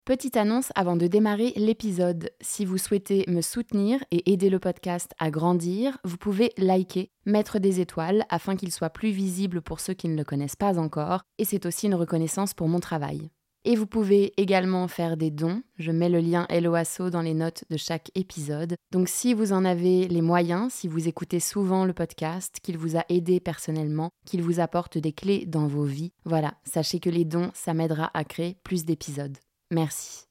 Petite annonce avant de démarrer l'épisode. Si vous souhaitez me soutenir et aider le podcast à grandir, vous pouvez liker, mettre des étoiles afin qu'il soit plus visible pour ceux qui ne le connaissent pas encore, et c'est aussi une reconnaissance pour mon travail. Et vous pouvez également faire des dons, je mets le lien Hello Asso dans les notes de chaque épisode. Donc si vous en avez les moyens, si vous écoutez souvent le podcast, qu'il vous a aidé personnellement, qu'il vous apporte des clés dans vos vies, voilà, sachez que les dons, ça m'aidera à créer plus d'épisodes. Merci.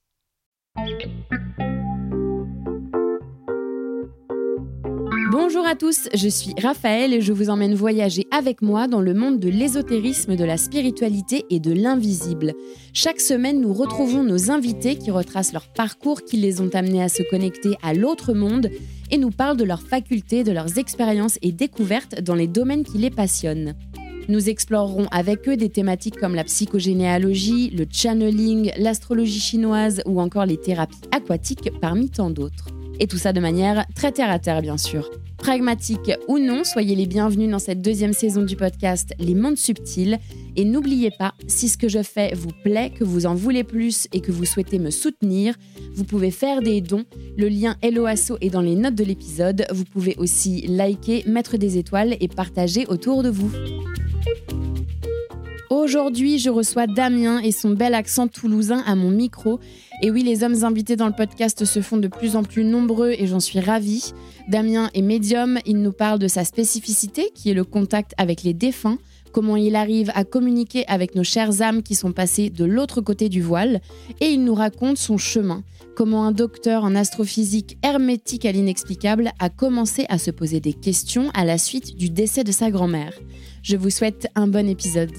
Bonjour à tous, je suis Raphaël et je vous emmène voyager avec moi dans le monde de l'ésotérisme, de la spiritualité et de l'invisible. Chaque semaine, nous retrouvons nos invités qui retracent leur parcours, qui les ont amenés à se connecter à l'autre monde et nous parlent de leurs facultés, de leurs expériences et découvertes dans les domaines qui les passionnent. Nous explorerons avec eux des thématiques comme la psychogénéalogie, le channeling, l'astrologie chinoise ou encore les thérapies aquatiques parmi tant d'autres. Et tout ça de manière très terre-à-terre bien sûr. Pragmatique ou non, soyez les bienvenus dans cette deuxième saison du podcast Les Mondes Subtils. Et n'oubliez pas, si ce que je fais vous plaît, que vous en voulez plus et que vous souhaitez me soutenir, vous pouvez faire des dons. Le lien Hello Asso est dans les notes de l'épisode. Vous pouvez aussi liker, mettre des étoiles et partager autour de vous. Aujourd'hui, je reçois Damien et son bel accent toulousain à mon micro. Et oui, les hommes invités dans le podcast se font de plus en plus nombreux et j'en suis ravie. Damien est médium, il nous parle de sa spécificité qui est le contact avec les défunts, comment il arrive à communiquer avec nos chères âmes qui sont passées de l'autre côté du voile. Et il nous raconte son chemin, comment un docteur en astrophysique hermétique à l'inexplicable a commencé à se poser des questions à la suite du décès de sa grand-mère. Je vous souhaite un bon épisode.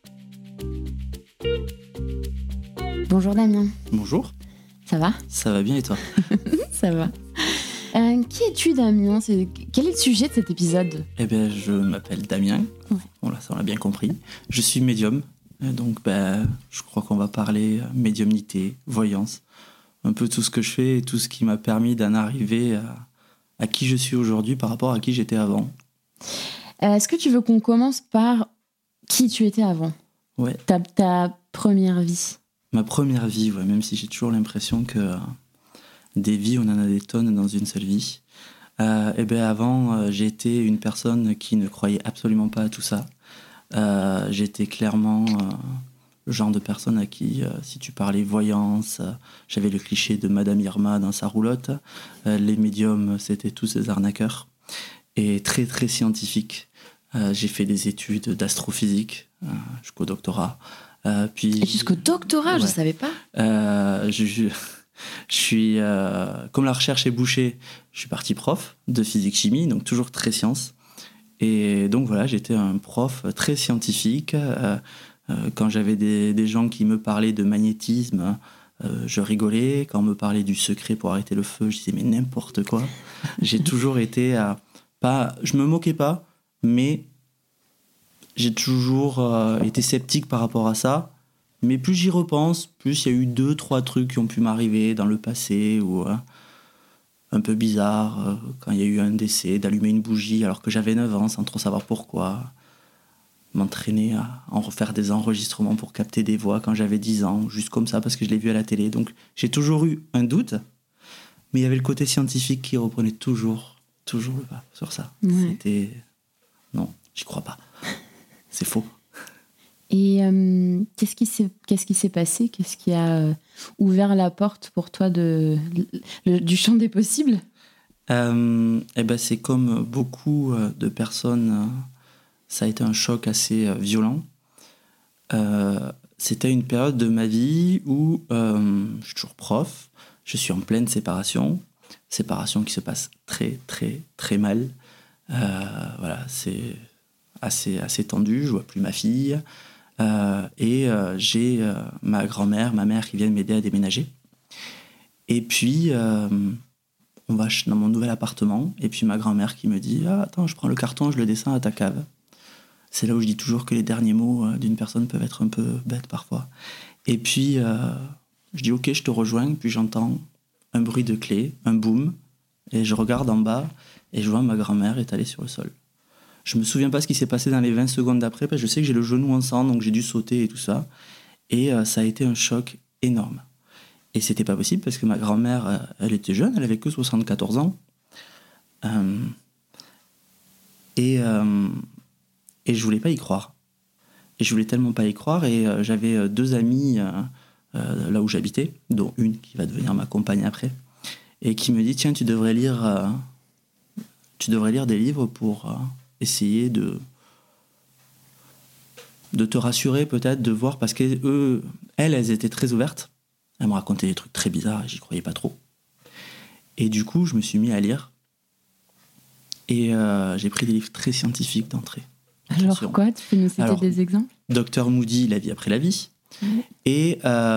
Bonjour Damien. Bonjour. Ça va ? Ça va bien et toi ? Ça va. Qui es-tu Damien ? Quel est le sujet de cet épisode ? Eh bien, je m'appelle Damien. Ouais. Voilà, ça on l'a bien compris. Je suis médium. Donc, je crois qu'on va parler médiumnité, voyance. Un peu tout ce que je fais et tout ce qui m'a permis d'en arriver à qui je suis aujourd'hui par rapport à qui j'étais avant. Est-ce que tu veux qu'on commence par qui tu étais avant ? Ouais. Ta première vie. Ma première vie, ouais, même si j'ai toujours l'impression que des vies, on en a des tonnes dans une seule vie. Avant, j'étais une personne qui ne croyait absolument pas à tout ça. J'étais clairement le genre de personne à qui, si tu parlais voyance, j'avais le cliché de Madame Irma dans sa roulotte. Les médiums, c'était tous des arnaqueurs. Et très, très scientifique. J'ai fait des études d'astrophysique jusqu'au doctorat. Et jusqu'au doctorat, ouais. Je ne savais pas. Je suis, comme la recherche est bouchée, je suis parti prof de physique-chimie, donc toujours très science. Et donc voilà, j'étais un prof très scientifique. Quand j'avais des gens qui me parlaient de magnétisme, je rigolais. Quand on me parlait du secret pour arrêter le feu, je disais mais n'importe quoi. J'ai toujours été je me moquais pas, mais j'ai toujours été sceptique par rapport à ça. Mais plus j'y repense, plus il y a eu 2-3 trucs qui ont pu m'arriver dans le passé, ou un peu bizarre, quand il y a eu un décès, d'allumer une bougie alors que j'avais 9 ans sans trop savoir pourquoi. M'entraîner à en refaire des enregistrements pour capter des voix quand j'avais 10 ans, juste comme ça parce que je l'ai vu à la télé. Donc j'ai toujours eu un doute, mais il y avait le côté scientifique qui reprenait toujours le pas sur ça. Ouais. C'était... Non, j'y crois pas. C'est faux. Et qu'est-ce qui s'est passé ? Qu'est-ce qui a ouvert la porte pour toi du champ des possibles ? C'est comme beaucoup de personnes, ça a été un choc assez violent. C'était une période de ma vie où je suis toujours prof, je suis en pleine séparation qui se passe très très très mal. Voilà, c'est assez tendu, je vois plus ma fille. J'ai ma grand-mère, ma mère qui viennent m'aider à déménager. Et puis, on va dans mon nouvel appartement, et puis ma grand-mère qui me dit « Ah, attends, je prends le carton, je le descends à ta cave. » C'est là où je dis toujours que les derniers mots d'une personne peuvent être un peu bêtes parfois. Et puis, je dis « Ok, je te rejoins », puis j'entends un bruit de clé, un boom, et je regarde en bas, et je vois ma grand-mère étalée sur le sol. Je me souviens pas ce qui s'est passé dans les 20 secondes d'après, parce que je sais que j'ai le genou en sang, donc j'ai dû sauter et tout ça. Et ça a été un choc énorme. Et c'était pas possible parce que ma grand-mère, elle était jeune, elle avait que 74 ans. Et je voulais pas y croire. Et je voulais tellement pas y croire. Et j'avais 2 amies là où j'habitais, dont une qui va devenir ma compagne après, et qui me dit tiens, tu devrais lire des livres pour essayer de te rassurer peut-être, de voir, parce que elles étaient très ouvertes. Elles me racontaient des trucs très bizarres et j'y croyais pas trop. Et du coup, je me suis mis à lire. Et j'ai pris des livres très scientifiques d'entrée. Alors quoi? Tu peux nous citer des exemples? Dr Moody, La vie après la vie. Et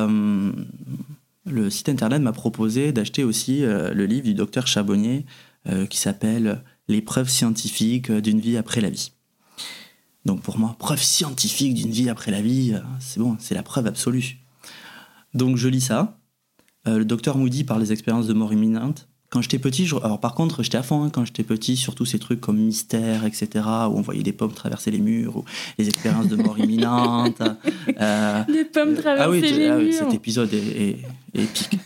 le site internet m'a proposé d'acheter aussi le livre du docteur Charbonnier qui s'appelle Les preuves scientifiques d'une vie après la vie. Donc pour moi, preuve scientifique d'une vie après la vie, c'est bon, c'est la preuve absolue. Donc je lis ça. Le docteur Moody parle des expériences de mort imminente. Quand j'étais petit, alors par contre, j'étais à fond quand j'étais petit, surtout ces trucs comme Mystère, etc., où on voyait des pommes traverser les murs, ou les expériences de mort imminente. Les pommes traverser les murs. Cet épisode est épique.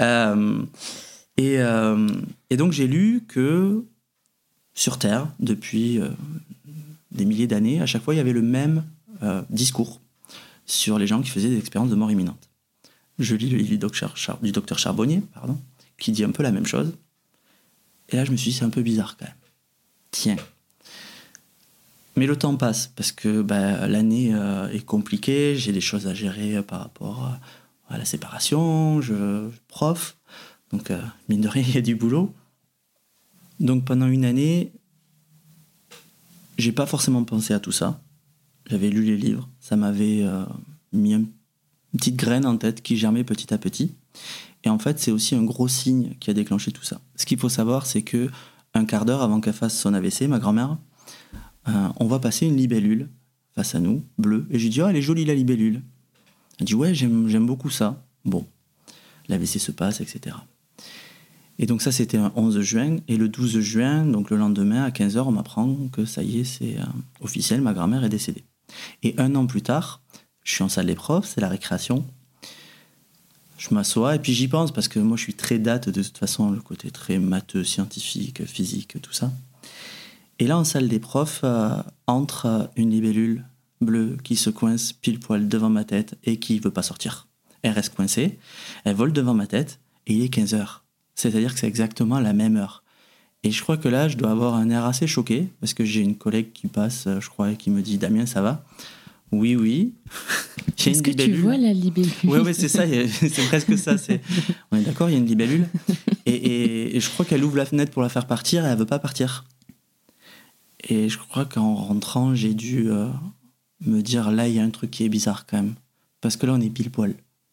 Et donc j'ai lu que sur Terre, depuis des milliers d'années, à chaque fois, il y avait le même discours sur les gens qui faisaient des expériences de mort imminente. Je lis le livre du docteur Charbonnier, qui dit un peu la même chose. Et là, je me suis dit, c'est un peu bizarre quand même. Tiens. Mais le temps passe, parce que l'année est compliquée, j'ai des choses à gérer par rapport à la séparation, je suis prof, donc mine de rien, il y a du boulot. Donc pendant une année, j'ai pas forcément pensé à tout ça. J'avais lu les livres, ça m'avait mis une petite graine en tête qui germait petit à petit. Et en fait, c'est aussi un gros signe qui a déclenché tout ça. Ce qu'il faut savoir, c'est que un quart d'heure avant qu'elle fasse son AVC, ma grand-mère, on va passer une libellule face à nous, bleue. Et je lui dis, elle est jolie la libellule. Elle dit, ouais, j'aime beaucoup ça. Bon, l'AVC se passe, etc. Et donc ça, c'était un 11 juin. Et le 12 juin, donc le lendemain, à 15h, on m'apprend que ça y est, c'est officiel, ma grand-mère est décédée. Et 1 an plus tard, je suis en salle des profs, c'est la récréation. Je m'assois et puis j'y pense parce que moi je suis très date de toute façon, le côté très matheux, scientifique, physique, tout ça. Et là en salle des profs entre une libellule bleue qui se coince pile poil devant ma tête et qui ne veut pas sortir. Elle reste coincée, elle vole devant ma tête et il est 15h. C'est-à-dire que c'est exactement la même heure. Et je crois que là je dois avoir un air assez choqué parce que j'ai une collègue qui passe, je crois, et qui me dit « Damien, ça va ?» Oui. Est-ce que tu vois la libellule? Oui, c'est ça, c'est presque ça. On est d'accord, il y a une libellule. Et je crois qu'elle ouvre la fenêtre pour la faire partir et elle ne veut pas partir. Et je crois qu'en rentrant, j'ai dû me dire, là, il y a un truc qui est bizarre quand même. Parce que là, on est pile poil.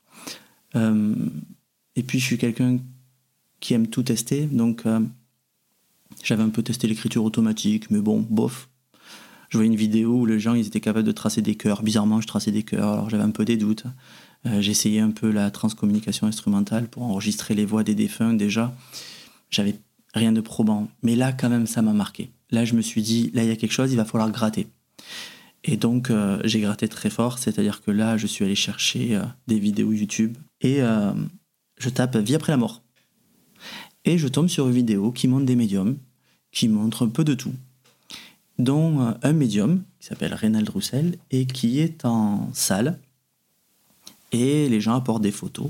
Et puis, je suis quelqu'un qui aime tout tester. Donc, j'avais un peu testé l'écriture automatique, mais bon, bof. Je voyais une vidéo où les gens ils étaient capables de tracer des cœurs. Bizarrement, je traçais des cœurs, alors j'avais un peu des doutes. J'essayais un peu la transcommunication instrumentale pour enregistrer les voix des défunts déjà. J'avais rien de probant. Mais là, quand même, ça m'a marqué. Là, je me suis dit, là, il y a quelque chose, il va falloir gratter. Et donc, j'ai gratté très fort. C'est-à-dire que là, je suis allé chercher des vidéos YouTube et je tape « Vie après la mort ». Et je tombe sur une vidéo qui montre des médiums, qui montre un peu de tout, dont un médium qui s'appelle Reynald Roussel et qui est en salle et les gens apportent des photos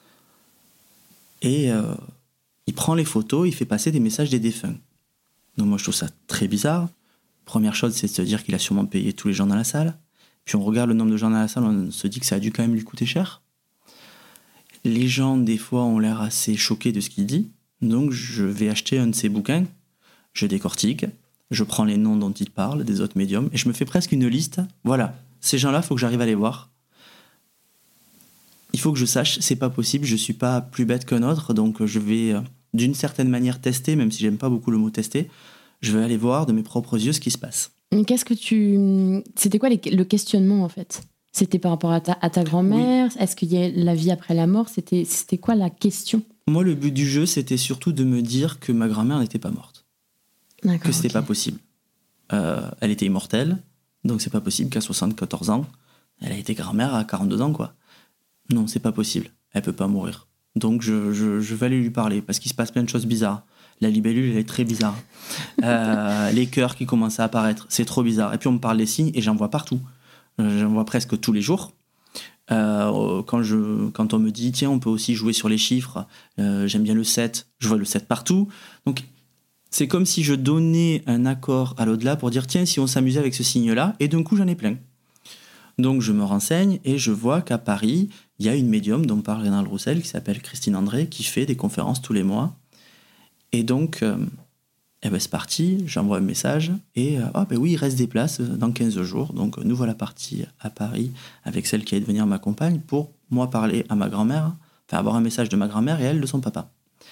et il prend les photos, il fait passer des messages des défunts. Donc moi je trouve ça très bizarre. Première chose, c'est de se dire qu'il a sûrement payé tous les gens dans la salle, puis on regarde le nombre de gens dans la salle, on se dit que ça a dû quand même lui coûter cher. Les gens des fois ont l'air assez choqués de ce qu'il dit, donc je vais acheter un de ses bouquins, je décortique, je prends les noms dont il parle, des autres médiums, et je me fais presque une liste. Voilà, ces gens-là, il faut que j'arrive à les voir. Il faut que je sache, c'est pas possible, je suis pas plus bête qu'un autre, donc je vais d'une certaine manière tester, même si j'aime pas beaucoup le mot tester, je vais aller voir de mes propres yeux ce qui se passe. C'était quoi le questionnement en fait? C'était par rapport à ta grand-mère? Oui. Est-ce qu'il y a la vie après la mort? C'était quoi la question? Moi, le but du jeu, c'était surtout de me dire que ma grand-mère n'était pas morte. D'accord, que c'était pas possible. Elle était immortelle, donc c'est pas possible qu'à 74 ans, elle a été grand-mère à 42 ans, quoi. Non, c'est pas possible. Elle peut pas mourir. Donc je vais aller lui parler parce qu'il se passe plein de choses bizarres. La libellule, elle est très bizarre. Les cœurs qui commencent à apparaître, c'est trop bizarre. Et puis on me parle des signes et j'en vois partout. J'en vois presque tous les jours. Quand on me dit, tiens, on peut aussi jouer sur les chiffres, j'aime bien le 7, je vois le 7 partout. Donc c'est comme si je donnais un accord à l'au-delà pour dire, tiens, si on s'amusait avec ce signe-là, et d'un coup j'en ai plein. Donc je me renseigne et je vois qu'à Paris, il y a une médium dont parle Rénal Roussel qui s'appelle Christine André, qui fait des conférences tous les mois. Et donc, c'est parti, j'envoie un message et oui, il reste des places dans 15 jours. Donc nous voilà partis à Paris avec celle qui allait devenir ma compagne pour moi parler à ma grand-mère, enfin avoir un message de ma grand-mère et elle de son papa.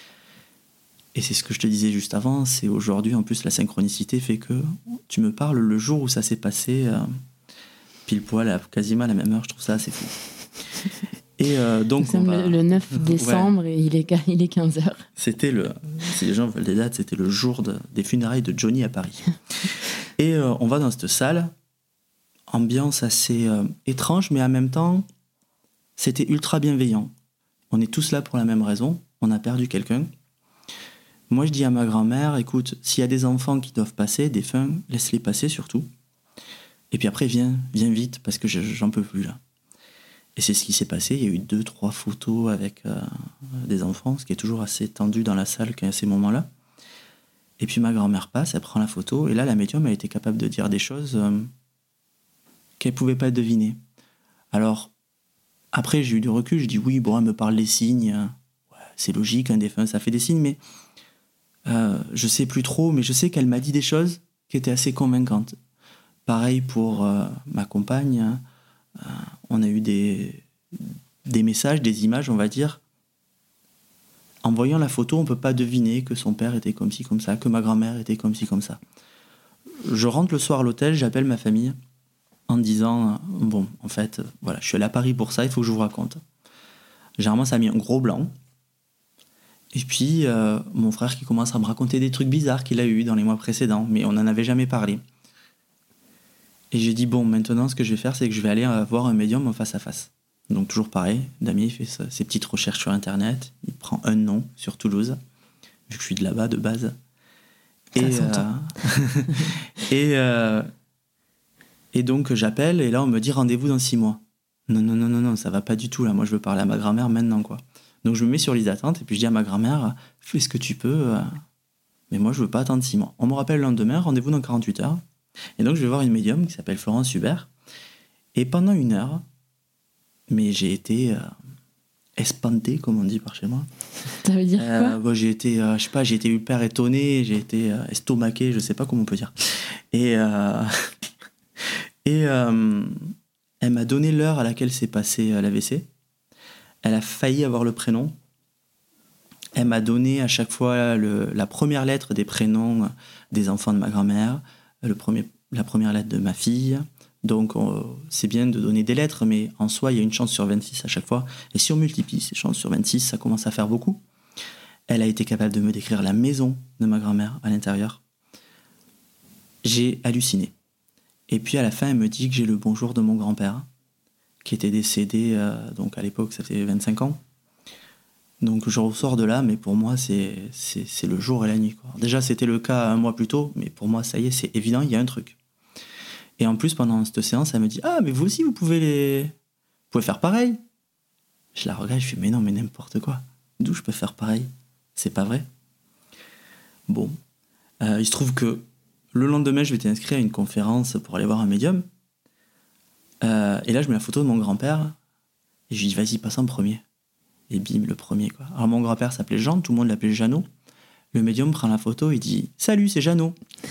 Et c'est ce que je te disais juste avant, c'est aujourd'hui en plus la synchronicité fait que tu me parles le jour où ça s'est passé, pile poil, quasiment à la même heure, je trouve ça assez fou. Et donc le 9 décembre et il est 15h. C'était si les gens veulent des dates, c'était le jour des funérailles de Johnny à Paris. Et on va dans cette salle, ambiance assez étrange, mais en même temps, c'était ultra bienveillant. On est tous là pour la même raison, on a perdu quelqu'un. Moi, je dis à ma grand-mère, écoute, s'il y a des enfants qui doivent passer, des fins, laisse-les passer surtout. Et puis après, viens vite, parce que j'en peux plus là. Et c'est ce qui s'est passé. Il y a eu 2-3 photos avec des enfants, ce qui est toujours assez tendu dans la salle quand il y a ces moments-là. Et puis ma grand-mère passe, elle prend la photo, et là, la médium a été capable de dire des choses qu'elle ne pouvait pas deviner. Alors, après, j'ai eu du recul, je dis oui, bon, elle me parle des signes. Ouais, c'est logique, un défunt, ça fait des signes, mais je sais plus trop, mais je sais qu'elle m'a dit des choses qui étaient assez convaincantes. Pareil pour ma compagne, on a eu des messages, des images, on va dire. En voyant la photo, on ne peut pas deviner que son père était comme ci, comme ça, que ma grand-mère était comme ci, comme ça. Je rentre le soir à l'hôtel, j'appelle ma famille en disant, bon, en fait, voilà, je suis allé à Paris pour ça, il faut que je vous raconte. Généralement, ça a mis un gros blanc. Et puis, mon frère qui commence à me raconter des trucs bizarres qu'il a eu dans les mois précédents, mais on n'en avait jamais parlé. Et j'ai dit, bon, maintenant, ce que je vais faire, c'est que je vais aller voir un médium en face à face. Donc, toujours pareil, Damien, il fait ses petites recherches sur Internet, il prend un nom sur Toulouse, vu que je suis de là-bas, de base. Et donc, j'appelle, et là, on me dit rendez-vous dans 6 mois. Non, ça va pas du tout, là. Moi, je veux parler à ma grand-mère maintenant, quoi. Donc, je me mets sur liste d'attente, et puis je dis à ma grand-mère, fais ce que tu peux, mais moi, je veux pas attendre 6 mois. On me rappelle le lendemain, rendez-vous dans 48 heures. Et donc, je vais voir une médium qui s'appelle Florence Hubert. Et pendant 1 heure, mais j'ai été espanté, comme on dit par chez moi. Ça veut dire quoi j'ai été, je sais pas, j'ai été hyper étonné, j'ai été estomaqué, je sais pas comment on peut dire. Et elle m'a donné l'heure à laquelle s'est passé l'AVC. Elle a failli avoir le prénom. Elle m'a donné à chaque fois la première lettre des prénoms des enfants de ma grand-mère, la première lettre de ma fille. Donc, c'est bien de donner des lettres, mais en soi, il y a une chance sur 26 à chaque fois. Et si on multiplie ces chances sur 26, ça commence à faire beaucoup. Elle a été capable de me décrire la maison de ma grand-mère à l'intérieur. J'ai halluciné. Et puis, à la fin, elle me dit que j'ai le bonjour de mon grand-père, qui était décédé, donc à l'époque, ça fait 25 ans. Donc, je ressors de là, mais pour moi, c'est le jour et la nuit, quoi. Déjà, c'était le cas 1 mois plus tôt, mais pour moi, ça y est, c'est évident, il y a un truc. Et en plus, pendant cette séance, elle me dit « Ah, mais vous aussi, vous pouvez faire pareil !» Je la regarde, je fais « Mais non, mais n'importe quoi. D'où je peux faire pareil ? C'est pas vrai. » Bon. Il se trouve que le lendemain, je m'étais inscrit à une conférence pour aller voir un médium. Et là, je mets la photo de mon grand-père. Et je lui dis « Vas-y, passe en premier. » Et bim, le premier, quoi. Alors, mon grand-père s'appelait Jean, tout le monde l'appelait Jeannot. Le médium prend la photo et dit « Salut, c'est Jeannot. »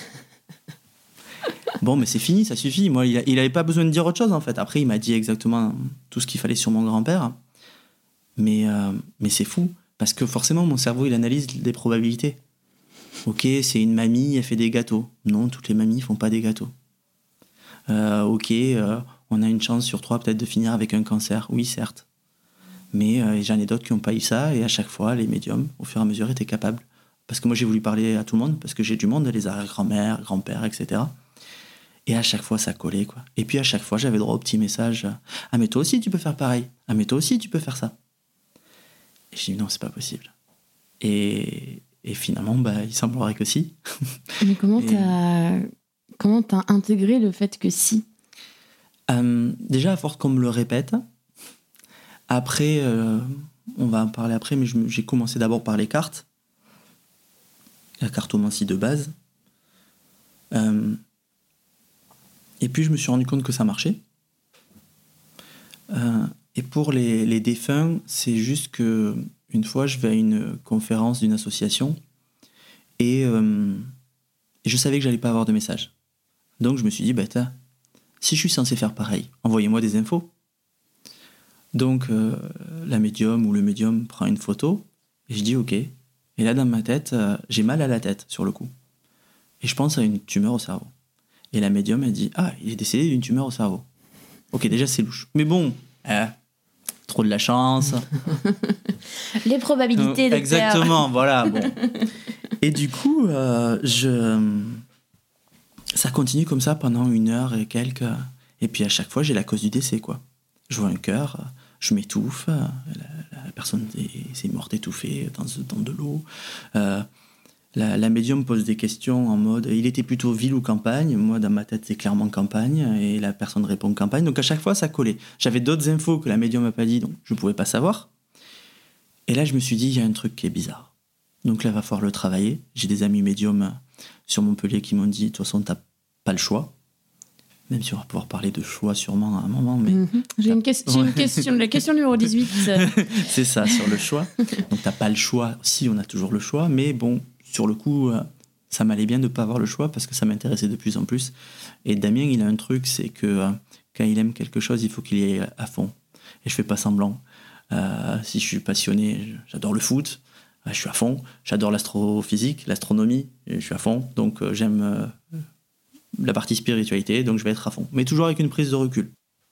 Bon, mais c'est fini, ça suffit. Moi, il avait pas besoin de dire autre chose, en fait. Après, il m'a dit exactement tout ce qu'il fallait sur mon grand-père. Mais c'est fou. Parce que forcément, mon cerveau, il analyse des probabilités. Ok, c'est une mamie, elle fait des gâteaux. Non, toutes les mamies font pas des gâteaux. Ok, on a une chance sur 3 peut-être de finir avec un cancer. Oui, certes. Mais j'en ai d'autres qui n'ont pas eu ça. Et à chaque fois, les médiums, au fur et à mesure, étaient capables. Parce que moi, j'ai voulu parler à tout le monde. Parce que j'ai du monde, les arrière-grand-mères, grands-pères, etc. Et à chaque fois, ça collait, quoi. Et puis à chaque fois, j'avais droit au petit message. Ah, mais toi aussi, tu peux faire pareil. Ah, mais toi aussi, tu peux faire ça. Et j'ai dit non, c'est pas possible. Et finalement, il semblerait que si. Mais comment t'as intégré le fait que si? Déjà, à force qu'on me le répète. Après, on va en parler après, mais j'ai commencé d'abord par les cartes. La cartomancie de base. Et puis, je me suis rendu compte que ça marchait. Et pour les défunts, c'est juste que une fois, je vais à une conférence d'une association et je savais que j'allais pas avoir de message. Donc je me suis dit, si je suis censé faire pareil, envoyez-moi des infos. Donc la médium ou le médium prend une photo et je dis ok. Et là dans ma tête, j'ai mal à la tête sur le coup. Et je pense à une tumeur au cerveau. Et la médium elle dit, il est décédé d'une tumeur au cerveau. Ok, déjà c'est louche. Mais bon, trop de la chance. Les probabilités de exactement, voilà. Bon. Et du coup, ça continue comme ça pendant 1 heure et quelques. Et puis à chaque fois, j'ai la cause du décès, quoi. Je vois un cœur, je m'étouffe, la personne s'est morte étouffée dans de l'eau. La médium pose des questions en mode il était plutôt ville ou campagne. Moi, dans ma tête, c'est clairement campagne. Et la personne répond campagne. Donc à chaque fois, ça collait. J'avais d'autres infos que la médium m'a pas dit, donc je ne pouvais pas savoir. Et là, je me suis dit il y a un truc qui est bizarre. Donc là, il va falloir le travailler. J'ai des amis médiums sur Montpellier qui m'ont dit de toute façon, tu n'as pas le choix. Même si on va pouvoir parler de choix sûrement à un moment. Mais J'ai une question, la question numéro 18. C'est ça, sur le choix. Donc tu n'as pas le choix. Si, on a toujours le choix. Mais bon, sur le coup, ça m'allait bien de ne pas avoir le choix parce que ça m'intéressait de plus en plus. Et Damien, il a un truc, c'est que quand il aime quelque chose, il faut qu'il y aille à fond. Et je ne fais pas semblant. Si je suis passionné, j'adore le foot, je suis à fond. J'adore l'astrophysique, l'astronomie, je suis à fond. Donc j'aime la partie spiritualité, donc je vais être à fond. Mais toujours avec une prise de recul.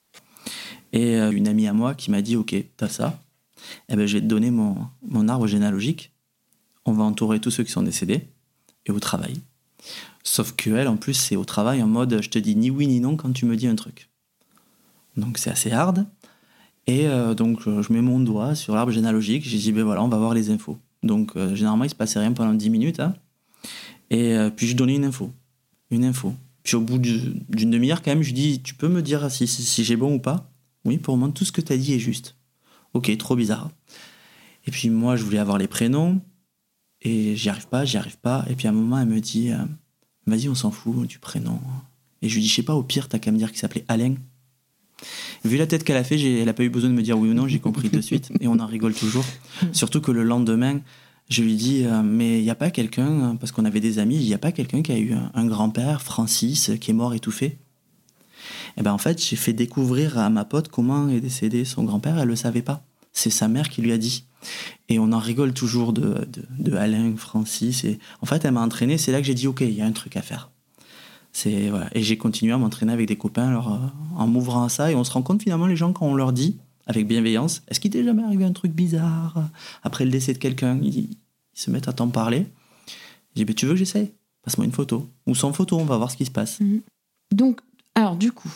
Et une amie à moi qui m'a dit, ok, t'as ça, je vais te donner mon arbre généalogique. On va entourer tous ceux qui sont décédés et au travail. Sauf qu'elle, en plus, c'est au travail en mode je te dis ni oui ni non quand tu me dis un truc. Donc c'est assez hard. Et donc je mets mon doigt sur l'arbre généalogique. J'ai dit voilà, on va voir les infos. Donc généralement, il se passait rien pendant 10 minutes. Hein. Et puis je donnais une info. Puis au bout d'une demi-heure, quand même, je dis tu peux me dire si j'ai bon ou pas? Oui, pour moi, tout ce que tu as dit est juste. Ok, trop bizarre. Et puis moi, je voulais avoir les prénoms. Et j'y arrive pas. Et puis à un moment, elle me dit vas-y, on s'en fout du prénom. Et je lui dis je sais pas, au pire, t'as qu'à me dire qu'il s'appelait Alain. Vu la tête qu'elle a fait, elle n'a pas eu besoin de me dire oui ou non, j'ai compris de suite. Et on en rigole toujours. Surtout que le lendemain, je lui dis mais il n'y a pas quelqu'un, parce qu'on avait des amis, il n'y a pas quelqu'un qui a eu un grand-père, Francis, qui est mort étouffé? Et en fait, j'ai fait découvrir à ma pote comment est décédé son grand-père, elle ne le savait pas. C'est sa mère qui lui a dit. Et on en rigole toujours de Alain, Francis. Et en fait, elle m'a entraîné. C'est là que j'ai dit, ok, il y a un truc à faire. Voilà. Et j'ai continué à m'entraîner avec des copains en m'ouvrant à ça. Et on se rend compte finalement, les gens, quand on leur dit, avec bienveillance, est-ce qu'il t'est jamais arrivé un truc bizarre après le décès de quelqu'un? Ils se mettent à t'en parler. Je dis, tu veux que j'essaye? Passe-moi une photo. Ou sans photo, on va voir ce qui se passe. Donc, alors du coup,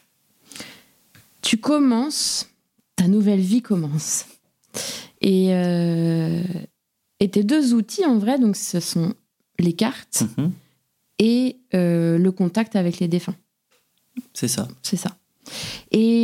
tu commences, ta nouvelle vie commence. Et tes deux outils, en vrai, donc, ce sont les cartes et le contact avec les défunts. C'est ça. Et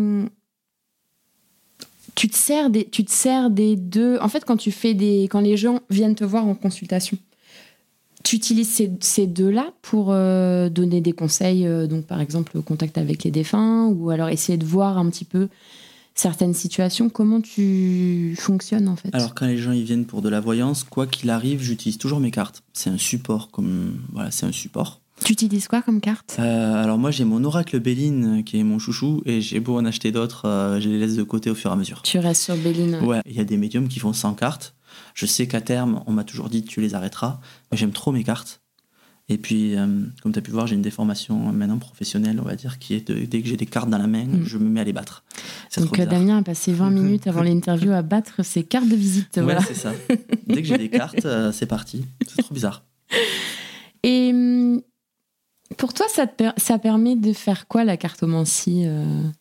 tu te sers des deux. En fait, quand les gens viennent te voir en consultation, tu utilises ces deux-là pour donner des conseils, donc par exemple le contact avec les défunts, ou alors essayer de voir un petit peu certaines situations. Comment tu fonctionnes en fait? Alors quand les gens ils viennent pour de la voyance, quoi qu'il arrive, j'utilise toujours mes cartes. C'est un support c'est un support. Tu utilises quoi comme carte? Alors moi j'ai mon oracle Béline qui est mon chouchou, et j'ai beau en acheter d'autres, je les laisse de côté au fur et à mesure. Tu restes sur Béline. Ouais, il y a des médiums qui font 100 cartes. Je sais qu'à terme, on m'a toujours dit tu les arrêteras. Mais j'aime trop mes cartes. Et puis, comme tu as pu voir, j'ai une déformation maintenant professionnelle, on va dire, qui est dès que j'ai des cartes dans la main, je me mets à les battre. C'est donc Damien a passé 20 minutes avant l'interview à battre ses cartes de visite. Ouais, voilà. C'est ça. Dès que j'ai des cartes, c'est parti. C'est trop bizarre. Et pour toi, ça permet de faire quoi, la cartomancie?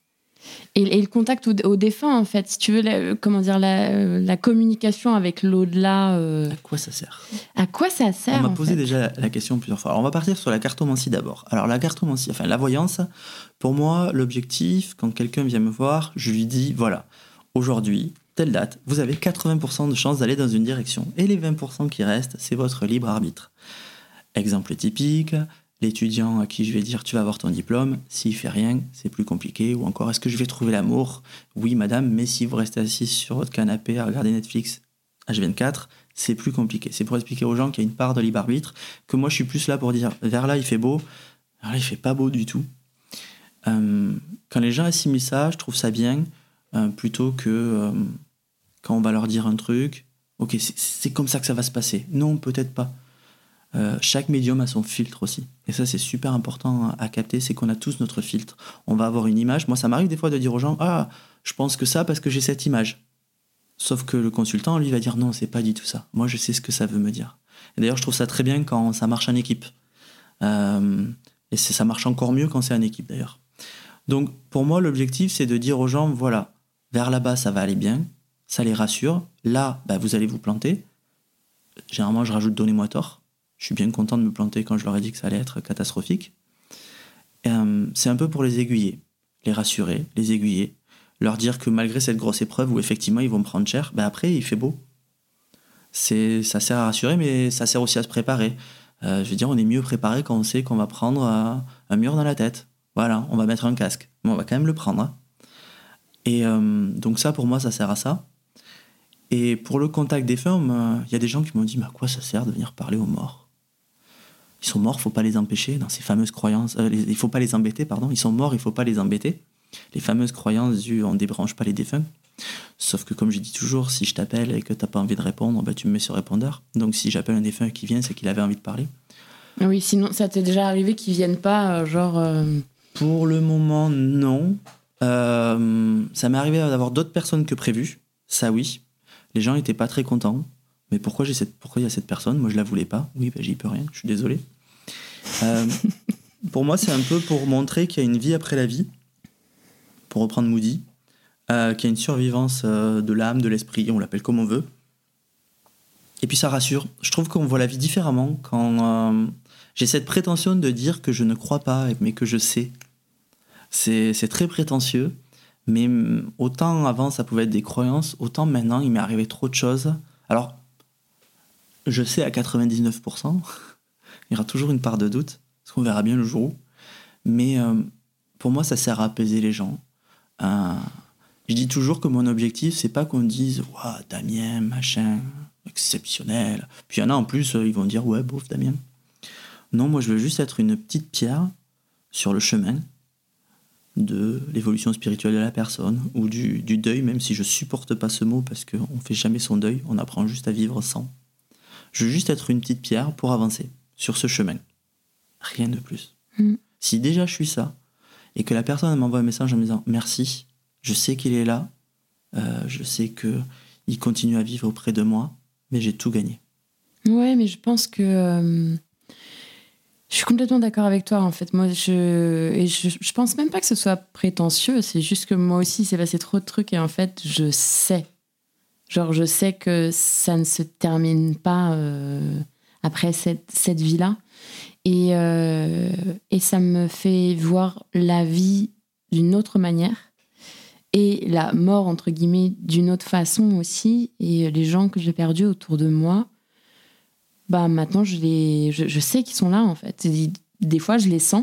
Et le contact au défunt, en fait, si tu veux, la communication avec l'au-delà. À quoi ça sert ? À quoi ça sert ? On m'a posé déjà la question plusieurs fois. Alors, on va partir sur la cartomancie d'abord. Alors, la cartomancie, enfin la voyance, pour moi, l'objectif, quand quelqu'un vient me voir, je lui dis voilà, aujourd'hui, telle date, vous avez 80% de chances d'aller dans une direction. Et les 20% qui restent, c'est votre libre arbitre. Exemple typique, l'étudiant à qui je vais dire tu vas avoir ton diplôme, s'il fait rien, c'est plus compliqué. Ou encore, est-ce que je vais trouver l'amour ? Oui, madame, mais si vous restez assis sur votre canapé à regarder Netflix H24, c'est plus compliqué. C'est pour expliquer aux gens qu'il y a une part de libre arbitre, que moi je suis plus là pour dire vers là il fait beau, vers là il fait pas beau du tout. Quand les gens assimilent ça, je trouve ça bien, plutôt que quand on va leur dire un truc, ok, c'est comme ça que ça va se passer. Non, peut-être pas. Chaque médium a son filtre aussi. Et ça, c'est super important à capter, c'est qu'on a tous notre filtre. On va avoir une image. Moi, ça m'arrive des fois de dire aux gens, ah, je pense que ça parce que j'ai cette image. Sauf que le consultant, lui, va dire, non, c'est pas du tout ça. Moi, je sais ce que ça veut me dire. Et d'ailleurs, je trouve ça très bien quand ça marche en équipe. Et ça marche encore mieux quand c'est en équipe, d'ailleurs. Donc, pour moi, l'objectif, c'est de dire aux gens, voilà, vers là-bas, ça va aller bien. Ça les rassure. Là, vous allez vous planter. Généralement, je rajoute, donnez-moi tort. Je suis bien content de me planter quand je leur ai dit que ça allait être catastrophique. C'est un peu pour les aiguiller, les rassurer, les aiguiller, leur dire que malgré cette grosse épreuve où effectivement ils vont me prendre cher, après il fait beau. Ça sert à rassurer, mais ça sert aussi à se préparer. Je veux dire, on est mieux préparé quand on sait qu'on va prendre un mur dans la tête. Voilà, on va mettre un casque, mais on va quand même le prendre. Hein. Et donc ça, pour moi, ça sert à ça. Et pour le contact défunt, il y a des gens qui m'ont dit, mais à quoi ça sert de venir parler aux morts ? Ils sont morts, il ne faut pas les empêcher, dans ces fameuses croyances. Il ne faut pas les embêter, pardon. Ils sont morts, il ne faut pas les embêter. Les fameuses croyances du on ne débranche pas les défunts. Sauf que, comme je dis toujours, si je t'appelle et que tu n'as pas envie de répondre, tu me mets sur répondeur. Donc, si j'appelle un défunt qui vient, c'est qu'il avait envie de parler. Oui, sinon, ça t'est déjà arrivé qu'ils ne viennent pas, Pour le moment, non. Ça m'est arrivé d'avoir d'autres personnes que prévu. Ça, oui. Les gens n'étaient pas très contents. Mais pourquoi il y a cette personne ? Moi, je la voulais pas. Oui, j'y peux rien. Je suis désolé. Pour moi, c'est un peu pour montrer qu'il y a une vie après la vie. Pour reprendre Moody, qu'il y a une survivance de l'âme, de l'esprit, on l'appelle comme on veut. Et puis ça rassure. Je trouve qu'on voit la vie différemment quand j'ai cette prétention de dire que je ne crois pas, mais que je sais. C'est très prétentieux. Mais autant avant, ça pouvait être des croyances, autant maintenant, il m'est arrivé trop de choses. Alors, je sais à 99%, il y aura toujours une part de doute, parce qu'on verra bien le jour où. Mais pour moi, ça sert à apaiser les gens. Je dis toujours que mon objectif, c'est pas qu'on dise « Waouh, Damien, machin, exceptionnel ». Puis il y en a en plus, ils vont dire « Ouais, bof, Damien ». Non, moi, je veux juste être une petite pierre sur le chemin de l'évolution spirituelle de la personne, ou du deuil, même si je supporte pas ce mot, parce qu'on fait jamais son deuil, on apprend juste à vivre sans. Je veux juste être une petite pierre pour avancer sur ce chemin. Rien de plus. Si déjà je suis ça, et que la personne m'envoie un message en me disant « Merci, je sais qu'il est là, je sais qu'il continue à vivre auprès de moi, mais j'ai tout gagné. » Ouais, mais je pense que... je suis complètement d'accord avec toi, en fait. Moi, je pense même pas que ce soit prétentieux, c'est juste que moi aussi, il s'est passé trop de trucs, et en fait, je sais. Genre, je sais que ça ne se termine pas après cette vie-là. Et ça me fait voir la vie d'une autre manière et la mort, entre guillemets, d'une autre façon aussi. Et les gens que j'ai perdus autour de moi, maintenant, je sais qu'ils sont là, en fait. Et des fois, je les sens.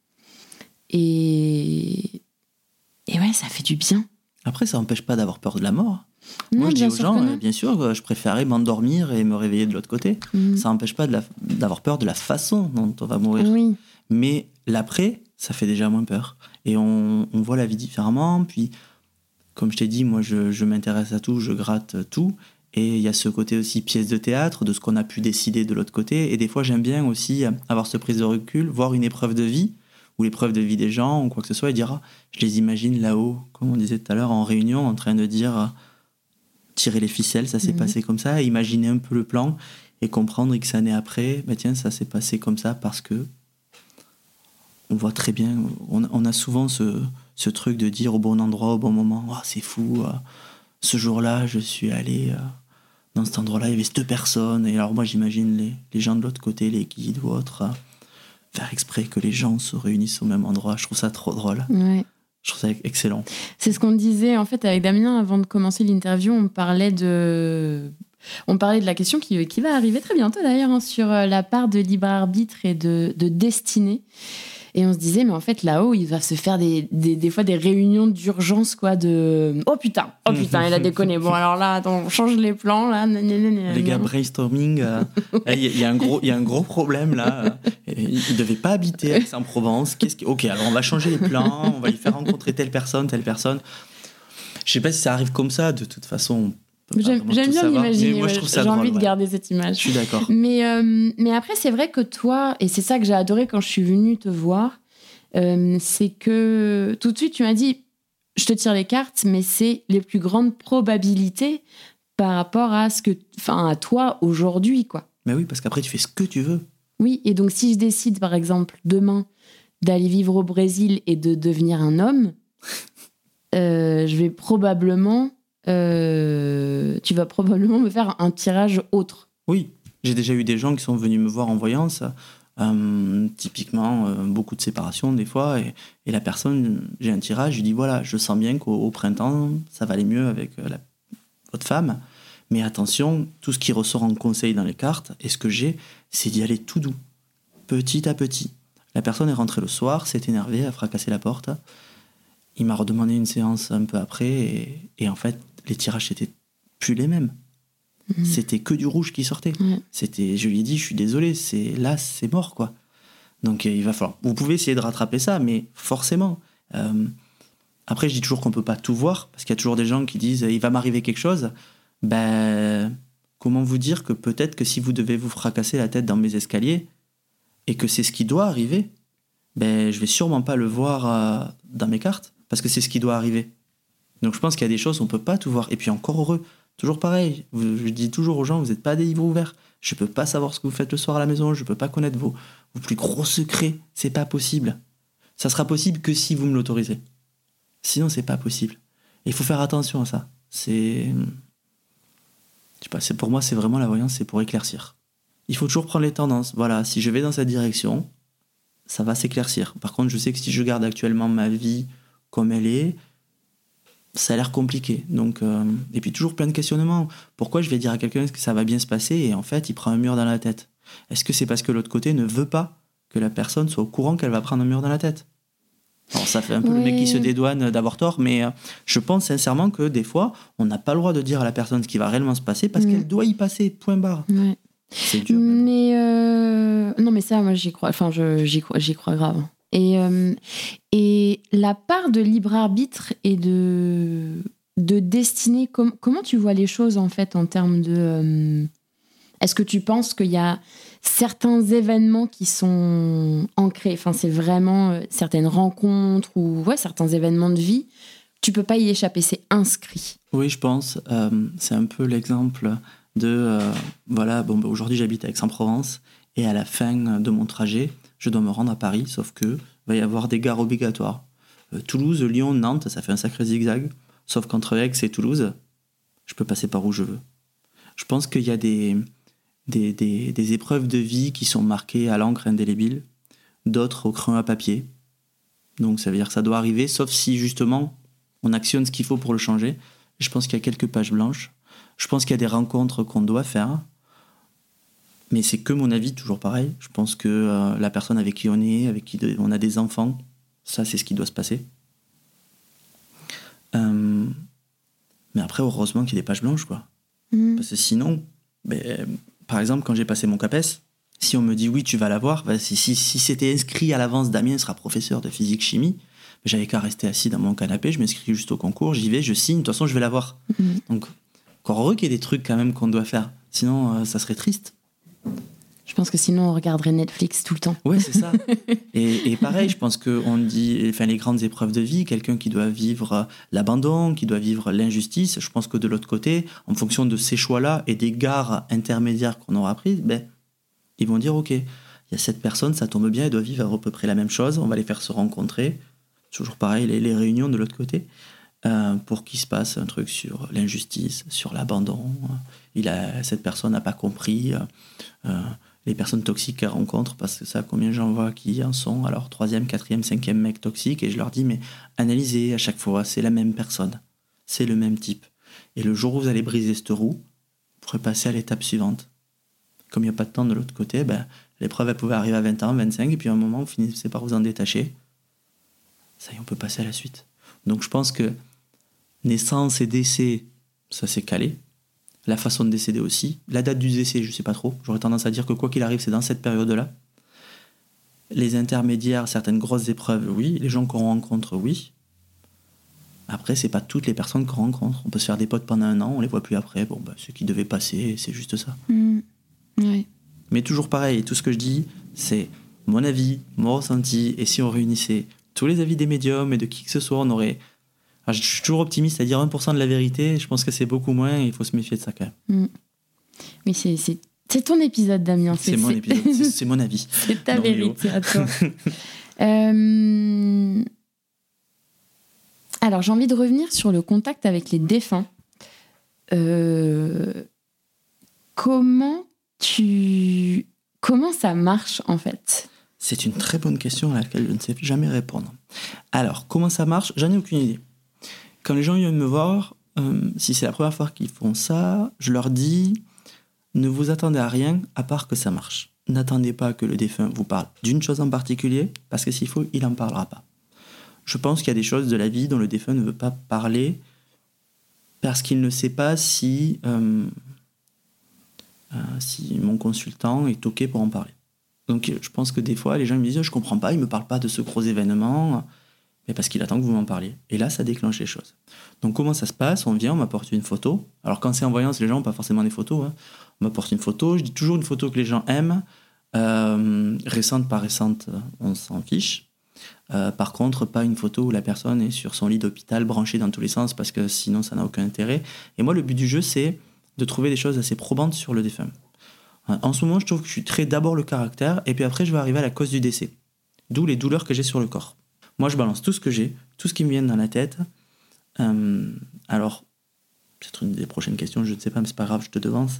Et ouais, ça fait du bien. Après, ça n'empêche pas d'avoir peur de la mort. Non, moi, je dis aux gens, bien sûr, je préférais m'endormir et me réveiller de l'autre côté. Ça n'empêche pas d'avoir peur de la façon dont on va mourir. Oui. Mais l'après, ça fait déjà moins peur. Et on voit la vie différemment. Puis, comme je t'ai dit, moi, je m'intéresse à tout, je gratte tout. Et il y a ce côté aussi pièce de théâtre, de ce qu'on a pu décider de l'autre côté. Et des fois, j'aime bien aussi avoir cette prise de recul, voir une épreuve de vie, ou l'épreuve de vie des gens, ou quoi que ce soit, et dire, je les imagine là-haut, comme on disait tout à l'heure, en réunion, en train de dire, tirer les ficelles, ça s'est passé comme ça, et imaginer un peu le plan, et comprendre X années après, tiens, ça s'est passé comme ça, parce que on voit très bien, on a souvent ce truc de dire au bon endroit, au bon moment, oh, c'est fou, ce jour-là, je suis allé dans cet endroit-là, il y avait cette personne, et alors moi j'imagine les gens de l'autre côté, les guides ou autres, faire exprès que les gens se réunissent au même endroit. Je trouve ça trop drôle. Ouais. Je trouve ça excellent. C'est ce qu'on disait en fait avec Damien avant de commencer l'interview. On parlait de la question qui va arriver très bientôt d'ailleurs, sur la part de libre arbitre et de destinée. Et on se disait, mais en fait, là-haut, il va se faire des fois des réunions d'urgence, quoi, de... Oh putain, il a déconné. Bon, alors là, attends, on change les plans, là. Les gars, brainstorming, il y a un gros problème, là. Il ne devait pas habiter à Aix-en-Provence. Ok, alors on va changer les plans, on va lui faire rencontrer telle personne. Je ne sais pas si ça arrive comme ça, de toute façon... J'aime bien l'imaginer, moi, je trouve ça j'ai drôle, envie de garder cette image. Je suis d'accord. Mais après, c'est vrai que toi, et c'est ça que j'ai adoré quand je suis venue te voir, c'est que tout de suite, tu m'as dit, je te tire les cartes, mais c'est les plus grandes probabilités par rapport à à toi aujourd'hui, quoi. Mais oui, parce qu'après, tu fais ce que tu veux. Oui, et donc si je décide, par exemple, demain, d'aller vivre au Brésil et de devenir un homme, je vais probablement... tu vas probablement me faire un tirage autre. Oui, j'ai déjà eu des gens qui sont venus me voir en voyance, typiquement beaucoup de séparations des fois, et la personne, j'ai un tirage, je lui dis voilà, je sens bien qu'au printemps ça va aller mieux avec votre femme, mais attention, tout ce qui ressort en conseil dans les cartes, et ce que j'ai, c'est d'y aller tout doux, petit à petit. La personne est rentrée le soir, s'est énervée, a fracassé la porte, il m'a redemandé une séance un peu après, et en fait les tirages c'était plus les mêmes. C'était que du rouge qui sortait. Je lui ai dit, je suis désolé, c'est mort, quoi. Donc il va falloir... Vous pouvez essayer de rattraper ça, mais forcément. Après, je dis toujours qu'on peut pas tout voir, parce qu'il y a toujours des gens qui disent, il va m'arriver quelque chose. Ben, comment vous dire que peut-être que si vous devez vous fracasser la tête dans mes escaliers, et que c'est ce qui doit arriver, ben, je vais sûrement pas le voir dans mes cartes, parce que c'est ce qui doit arriver. Donc je pense qu'il y a des choses, on peut pas tout voir. Et puis encore heureux, toujours pareil, je dis toujours aux gens, vous n'êtes pas des livres ouverts. Je peux pas savoir ce que vous faites le soir à la maison, je peux pas connaître vos plus gros secrets, c'est pas possible. Ça sera possible que si vous me l'autorisez. Sinon, c'est pas possible. Et il faut faire attention à ça. Je sais pas, pour moi, c'est vraiment la voyance, c'est pour éclaircir. Il faut toujours prendre les tendances. Voilà, si je vais dans cette direction, ça va s'éclaircir. Par contre, je sais que si je garde actuellement ma vie comme elle est, ça a l'air compliqué. Donc, et puis toujours plein de questionnements. Pourquoi je vais dire à quelqu'un que ça va bien se passer et en fait il prend un mur dans la tête? Est-ce que c'est parce que l'autre côté ne veut pas que la personne soit au courant qu'elle va prendre un mur dans la tête? Alors ça fait un peu le mec qui se dédouane d'avoir tort, mais je pense sincèrement que des fois on n'a pas le droit de dire à la personne ce qui va réellement se passer parce qu'elle doit y passer, point barre. C'est dur. Mais non, mais ça, moi j'y crois. Enfin, j'y crois grave. Et la part de libre arbitre et de destinée, comment tu vois les choses en fait en termes de... est-ce que tu penses qu'il y a certains événements qui sont ancrés, enfin c'est vraiment certaines rencontres ou certains événements de vie, tu peux pas y échapper, c'est inscrit? Oui, je pense. C'est un peu l'exemple de... aujourd'hui j'habite à Aix-en-Provence et à la fin de mon trajet, je dois me rendre à Paris, sauf que va y avoir des gares obligatoires. Toulouse, Lyon, Nantes, ça fait un sacré zigzag. Sauf qu'entre Aix et Toulouse, je peux passer par où je veux. Je pense qu'il y a des épreuves de vie qui sont marquées à l'encre indélébile, d'autres au crayon à papier. Donc ça veut dire que ça doit arriver, sauf si justement on actionne ce qu'il faut pour le changer. Et je pense qu'il y a quelques pages blanches. Je pense qu'il y a des rencontres qu'on doit faire. Mais c'est que mon avis, toujours pareil. Je pense que la personne avec qui on est, avec qui on a des enfants, ça, c'est ce qui doit se passer. Mais après, heureusement qu'il y a des pages blanches, quoi. Parce que sinon, par exemple, quand j'ai passé mon CAPES, si on me dit oui, tu vas l'avoir, si c'était inscrit à l'avance, Damien sera professeur de physique-chimie, j'avais qu'à rester assis dans mon canapé, je m'inscris juste au concours, j'y vais, je signe, de toute façon, je vais l'avoir. Donc, encore heureux qu'il y ait des trucs quand même qu'on doit faire. Sinon, ça serait triste. Je pense que sinon on regarderait Netflix tout le temps. Ouais, c'est ça. Et pareil, je pense qu'on dit, enfin, les grandes épreuves de vie, quelqu'un qui doit vivre l'abandon, qui doit vivre l'injustice, je pense que de l'autre côté, en fonction de ces choix-là et des gares intermédiaires qu'on aura prises, ils vont dire, ok, il y a cette personne, ça tombe bien, elle doit vivre à peu près la même chose, on va les faire se rencontrer, toujours pareil, les réunions de l'autre côté, pour qu'il se passe un truc sur l'injustice, sur l'abandon. Cette personne n'a pas compris les personnes toxiques qu'elle rencontre, parce que ça, combien j'en vois qui en sont, alors 3e, 4e, 5e mec toxique, et je leur dis, mais analysez à chaque fois, c'est la même personne, c'est le même type. Et le jour où vous allez briser cette roue, vous pourrez passer à l'étape suivante. Comme il n'y a pas de temps de l'autre côté, l'épreuve, elle pouvait arriver à 20 ans, 25, et puis à un moment, vous finissez par vous en détacher. Ça y est, on peut passer à la suite. Donc je pense que naissance et décès, ça s'est calé. La façon de décéder aussi. La date du décès, je ne sais pas trop. J'aurais tendance à dire que quoi qu'il arrive, c'est dans cette période-là. Les intermédiaires, certaines grosses épreuves, oui. Les gens qu'on rencontre, oui. Après, c'est pas toutes les personnes qu'on rencontre. On peut se faire des potes pendant 1 an, on les voit plus après. Bon, ce qui devait passer, c'est juste ça. Ouais. Mais toujours pareil, tout ce que je dis, c'est mon avis, mon ressenti. Et si on réunissait tous les avis des médiums et de qui que ce soit, on aurait... Alors, je suis toujours optimiste, c'est-à-dire 1% de la vérité. Je pense que c'est beaucoup moins et il faut se méfier de ça quand même. Oui, c'est ton épisode, Damien. C'est mon épisode, c'est mon avis. C'est ta vérité à toi. Alors, j'ai envie de revenir sur le contact avec les défunts. Comment ça marche, en fait ? C'est une très bonne question à laquelle je ne sais jamais répondre. Alors, comment ça marche ? J'en ai aucune idée. Quand les gens viennent me voir, si c'est la première fois qu'ils font ça, je leur dis, ne vous attendez à rien à part que ça marche. N'attendez pas que le défunt vous parle d'une chose en particulier, parce que s'il faut, il n'en parlera pas. Je pense qu'il y a des choses de la vie dont le défunt ne veut pas parler parce qu'il ne sait pas si mon consultant est OK pour en parler. Donc je pense que des fois, les gens me disent « Je ne comprends pas, il ne me parle pas de ce gros événement. » Mais parce qu'il attend que vous m'en parliez. Et là, ça déclenche les choses. Donc comment ça se passe ? On vient, on m'apporte une photo. Alors quand c'est en voyance, les gens n'ont pas forcément des photos. On m'apporte une photo. Je dis toujours une photo que les gens aiment. Récente par récente, on s'en fiche. Par contre, pas une photo où la personne est sur son lit d'hôpital branchée dans tous les sens, parce que sinon ça n'a aucun intérêt. Et moi, le but du jeu, c'est de trouver des choses assez probantes sur le défunt. En ce moment, je trouve que je suis très d'abord le caractère, et puis après je vais arriver à la cause du décès. D'où les douleurs que j'ai sur le corps. Moi, je balance tout ce que j'ai, tout ce qui me vient dans la tête. Alors, peut-être une des prochaines questions, je ne sais pas, mais c'est pas grave, je te devance.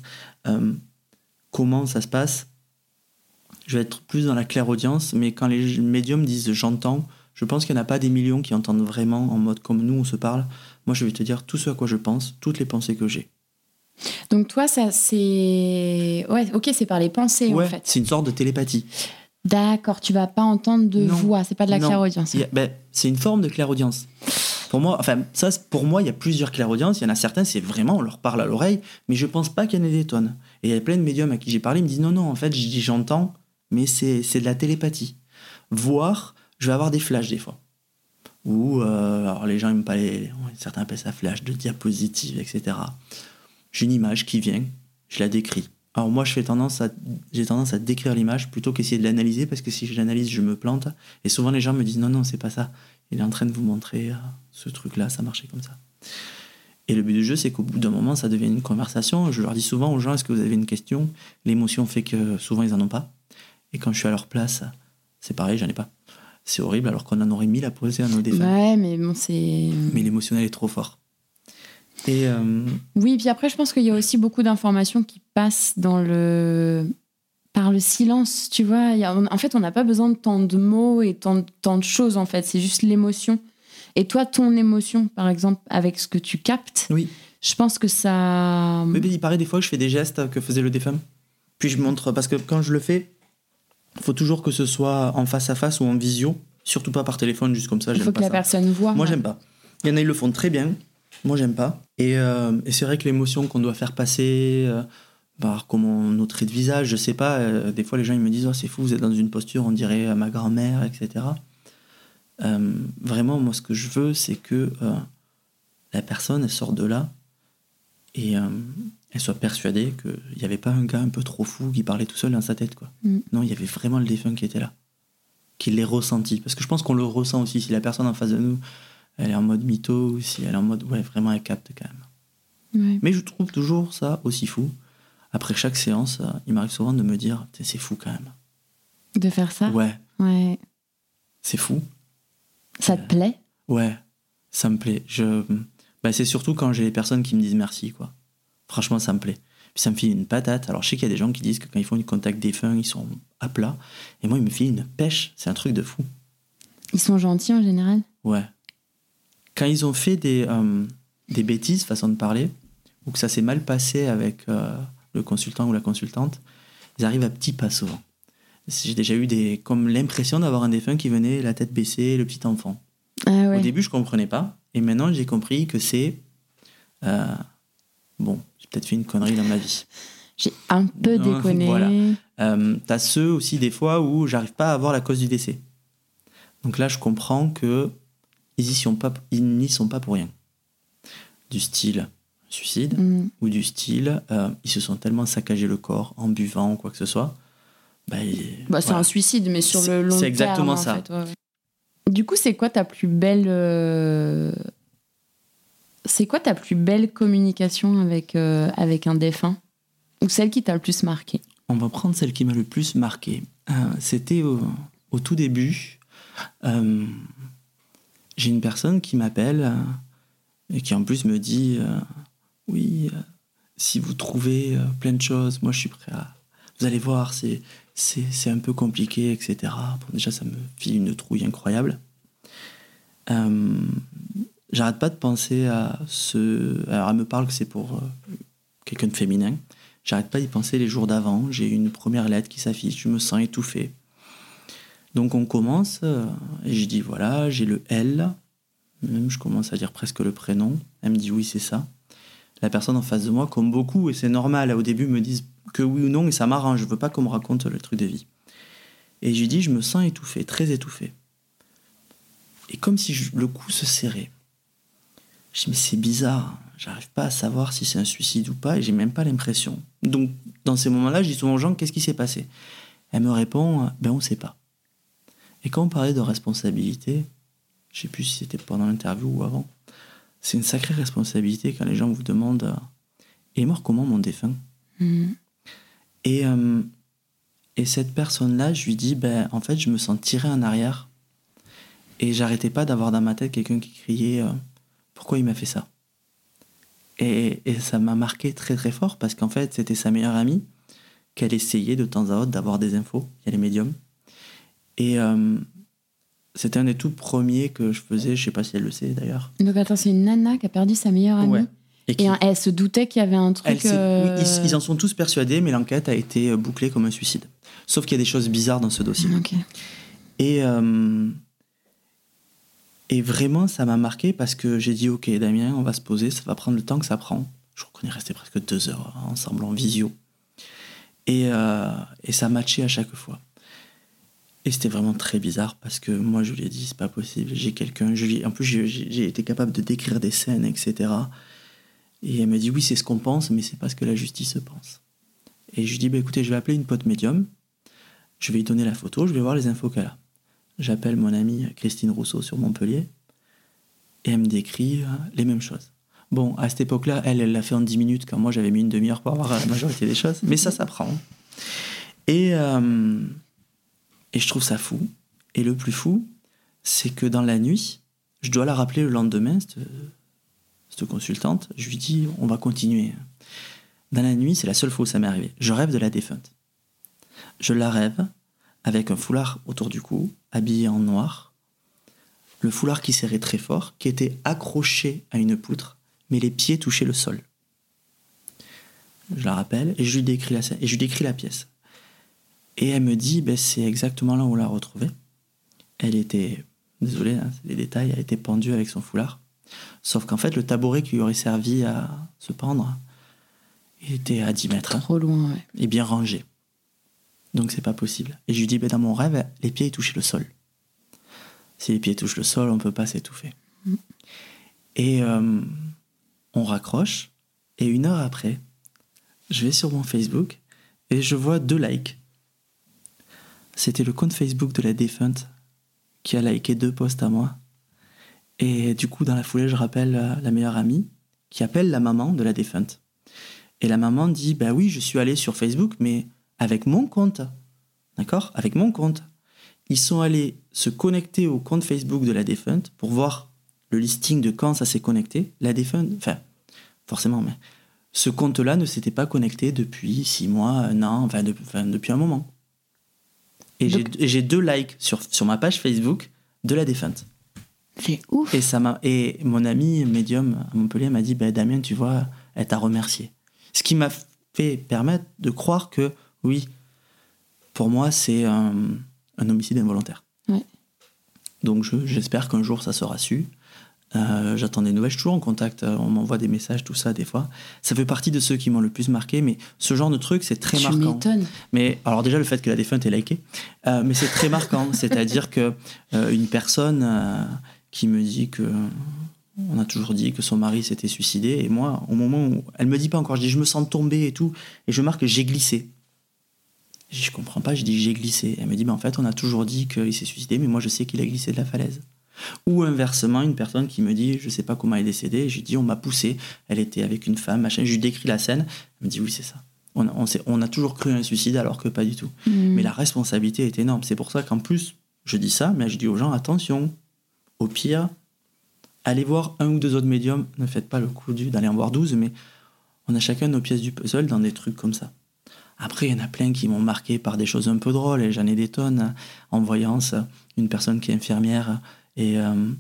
Comment ça se passe ? Je vais être plus dans la clairaudience, mais quand les médiums disent « j'entends », je pense qu'il n'y en a pas des millions qui entendent vraiment en mode comme nous, on se parle. Moi, je vais te dire tout ce à quoi je pense, toutes les pensées que j'ai. Donc toi, ça c'est... Ouais, ok, c'est par les pensées, en fait. C'est une sorte de télépathie. D'accord, tu vas pas entendre de voix, c'est pas de la clairaudience. C'est une forme de clairaudience. Pour moi, il y a plusieurs clairaudiences. Il y en a certains, c'est vraiment, on leur parle à l'oreille, mais je pense pas qu'il y en ait des tonnes. Et il y a plein de médiums à qui j'ai parlé, ils me disent non, en fait, je dis j'entends, mais c'est de la télépathie. Voire, je vais avoir des flashs des fois. Ou, alors les gens n'aiment pas certains appellent ça flash, de diapositive, etc. J'ai une image qui vient, je la décris. Alors moi, j'ai tendance à décrire l'image plutôt qu'essayer de l'analyser, parce que si je l'analyse, je me plante. Et souvent, les gens me disent non, c'est pas ça. Il est en train de vous montrer ce truc-là, ça marchait comme ça. Et le but du jeu, c'est qu'au bout d'un moment, ça devient une conversation. Je leur dis souvent aux gens, est-ce que vous avez une question ? L'émotion fait que souvent, ils n'en ont pas. Et quand je suis à leur place, c'est pareil, j'en ai pas. C'est horrible, alors qu'on en aurait 1000 à poser à nos défunts. Ouais, mais bon, c'est... Mais l'émotionnel est trop fort. Et oui, puis après, je pense qu'il y a aussi beaucoup d'informations qui passent par le silence, tu vois. En fait, on n'a pas besoin de tant de mots et tant de choses, en fait. C'est juste l'émotion. Et toi, ton émotion, par exemple, avec ce que tu captes, oui. Je pense que ça... Mais il paraît des fois que je fais des gestes que faisait le défunt. Puis je montre, parce que quand je le fais, il faut toujours que ce soit en face à face ou en visio. Surtout pas par téléphone, juste comme ça. Il faut que la personne voit. Moi, j'aime pas. Il y en a, ils le font très bien. Moi, j'aime pas. Et c'est vrai que l'émotion qu'on doit faire passer, par comment notre trait de visage, je sais pas, des fois les gens ils me disent « Oh, c'est fou, vous êtes dans une posture, on dirait ma grand-mère, etc. » Vraiment, moi, ce que je veux, c'est que la personne, elle sort de là et elle soit persuadée qu'il n'y avait pas un gars un peu trop fou qui parlait tout seul dans sa tête, quoi. Non, il y avait vraiment le défunt qui était là, qui l'ait ressenti. Parce que je pense qu'on le ressent aussi, si la personne en face de nous, elle est en mode mytho, ou si elle est en mode, ouais, vraiment, elle capte quand même. Ouais. Mais je trouve toujours ça aussi fou. Après chaque séance, il m'arrive souvent de me dire, c'est fou quand même. De faire ça ? Ouais. Ouais. C'est fou. Ça te plaît ? Ouais, ça me plaît. C'est surtout quand j'ai les personnes qui me disent merci, quoi. Franchement, ça me plaît. Puis ça me file une patate. Alors, je sais qu'il y a des gens qui disent que quand ils font du contact défunt, ils sont à plat. Et moi, ils me filent une pêche. C'est un truc de fou. Ils sont gentils en général ? Ouais. Quand ils ont fait des bêtises, façon de parler, ou que ça s'est mal passé avec le consultant ou la consultante, ils arrivent à petits pas souvent. J'ai déjà eu comme l'impression d'avoir un défunt qui venait la tête baissée, le petit enfant. Ah ouais. Au début, je comprenais pas. Et maintenant, j'ai compris que c'est... j'ai peut-être fait une connerie dans ma vie. J'ai un peu déconné. Voilà. T'as ceux aussi, des fois, où j'arrive pas à avoir la cause du décès. Donc là, je comprends que ils n'y sont pas pour rien. Du style suicide, ou du style ils se sont tellement saccagés le corps en buvant ou quoi que ce soit. C'est un suicide, mais sur le long terme. C'est exactement terme, ça. En fait. Ouais. Du coup, c'est quoi ta plus belle communication avec un défunt ? Ou celle qui t'a le plus marqué ? On va prendre celle qui m'a le plus marqué. C'était au tout début. J'ai une personne qui m'appelle et qui en plus me dit si vous trouvez plein de choses, moi je suis prêt à... Vous allez voir, c'est un peu compliqué, etc. Bon, déjà, ça me file une trouille incroyable. J'arrête pas de penser à Alors, elle me parle que c'est pour quelqu'un de féminin. J'arrête pas d'y penser les jours d'avant. J'ai une première lettre qui s'affiche, je me sens étouffé. Donc on commence, et je dis voilà, j'ai le L. Même je commence à dire presque le prénom. Elle me dit oui, c'est ça. La personne en face de moi, comme beaucoup, et c'est normal, au début me disent que oui ou non, et ça m'arrange, je veux pas qu'on me raconte le truc de vie. Et je lui dis, je me sens étouffé, très étouffé. Et comme si le cou se serrait. Je dis, mais c'est bizarre, j'arrive pas à savoir si c'est un suicide ou pas, et j'ai même pas l'impression. Donc, dans ces moments-là, je dis souvent aux gens, qu'est-ce qui s'est passé ? Elle me répond, on sait pas. Et quand on parlait de responsabilité, je sais plus si c'était pendant l'interview ou avant, c'est une sacrée responsabilité quand les gens vous demandent est mort comment mon défunt ? Et cette personne-là, je lui dis en fait, je me sens tiré en arrière et j'arrêtais pas d'avoir dans ma tête quelqu'un qui criait pourquoi il m'a fait ça ? Et ça m'a marqué très très fort parce qu'en fait, c'était sa meilleure amie qu'elle essayait de temps à autre d'avoir des infos. Il y a les médiums. Et c'était un des tout premiers que je faisais, je sais pas si elle le sait d'ailleurs. Donc attends, c'est une nana qui a perdu sa meilleure amie. Ouais. Et elle se doutait qu'il y avait un truc... Oui, ils en sont tous persuadés, mais l'enquête a été bouclée comme un suicide. Sauf qu'il y a des choses bizarres dans ce dossier. Okay. Et vraiment, ça m'a marqué parce que j'ai dit, ok, Damien, on va se poser, ça va prendre le temps que ça prend. Je crois qu'on est resté presque 2 heures ensemble en visio. Et ça matchait à chaque fois. Et c'était vraiment très bizarre parce que moi, je lui ai dit, c'est pas possible, j'ai quelqu'un... En plus, j'ai été capable de décrire des scènes, etc. Et elle me dit, oui, c'est ce qu'on pense, mais c'est pas ce que la justice pense. Et je lui dis, écoutez, je vais appeler une pote médium, je vais lui donner la photo, je vais voir les infos qu'elle a. J'appelle mon amie Christine Rousseau sur Montpellier, et elle me décrit les mêmes choses. Bon, à cette époque-là, elle l'a fait en 10 minutes, quand moi j'avais mis une demi-heure pour avoir la majorité des choses, mais ça prend. Et je trouve ça fou. Et le plus fou, c'est que dans la nuit, je dois la rappeler le lendemain, cette consultante, je lui dis, on va continuer. Dans la nuit, c'est la seule fois où ça m'est arrivé. Je rêve de la défunte. Je la rêve avec un foulard autour du cou, habillée en noir, le foulard qui serrait très fort, qui était accroché à une poutre, mais les pieds touchaient le sol. Je la rappelle et je lui décris la scène, et je lui décris la pièce. Et elle me dit, c'est exactement là où on l'a retrouvée. Elle était, désolé, c'est des détails, elle était pendue avec son foulard. Sauf qu'en fait, le tabouret qui lui aurait servi à se pendre, il était à 10 mètres. Trop loin, ouais. Et bien rangé. Donc c'est pas possible. Et je lui dis, dans mon rêve, les pieds ils touchaient le sol. Si les pieds touchent le sol, on peut pas s'étouffer. Et on raccroche. Et 1 heure après, je vais sur mon Facebook et je vois 2 likes. C'était le compte Facebook de la défunte qui a liké 2 posts à moi. Et du coup, dans la foulée, je rappelle la meilleure amie qui appelle la maman de la défunte. Et la maman dit, oui, je suis allée sur Facebook, mais avec mon compte. D'accord ? Avec mon compte. Ils sont allés se connecter au compte Facebook de la défunte pour voir le listing de quand ça s'est connecté. La défunte, enfin, forcément, mais ce compte-là ne s'était pas connecté depuis 6 mois, un an, depuis un moment. Et j'ai 2 likes sur ma page Facebook de la défunte. C'est ouf. Et mon ami médium à Montpellier m'a dit, Damien, tu vois, elle t'a remercié. Ce qui m'a fait permettre de croire que, oui, pour moi, c'est un homicide involontaire. Ouais. Donc j'espère qu'un jour ça sera su. J'attends des nouvelles, je suis toujours en contact, on m'envoie des messages, tout ça, des fois. Ça fait partie de ceux qui m'ont le plus marqué, mais ce genre de truc, c'est très marquant. Tu m'étonnes. Mais alors déjà, le fait que la défunte ait liké, mais c'est très marquant. C'est-à-dire que une personne qui me dit que... On a toujours dit que son mari s'était suicidé, et moi, au moment où... Elle me dit pas encore, je dis je me sens tombé et tout, et je marque que j'ai glissé. Je comprends pas, je dis j'ai glissé. Elle me dit en fait, on a toujours dit qu'il s'est suicidé, mais moi je sais qu'il a glissé de la falaise. Ou inversement, une personne qui me dit je sais pas comment elle est décédée, et je lui dis on m'a poussé, elle était avec une femme, machin, je lui décris la scène, elle me dit oui c'est ça. On a toujours cru à un suicide alors que pas du tout. Mais la responsabilité est énorme, c'est pour ça qu'en plus je dis ça, mais je dis aux gens attention, au pire, allez voir 1 ou 2 autres médiums, ne faites pas le coup d'aller en voir 12, mais on a chacun nos pièces du puzzle dans des trucs comme ça. Après, il y en a plein qui m'ont marqué par des choses un peu drôles, et j'en ai des tonnes, en voyant une personne qui est infirmière, et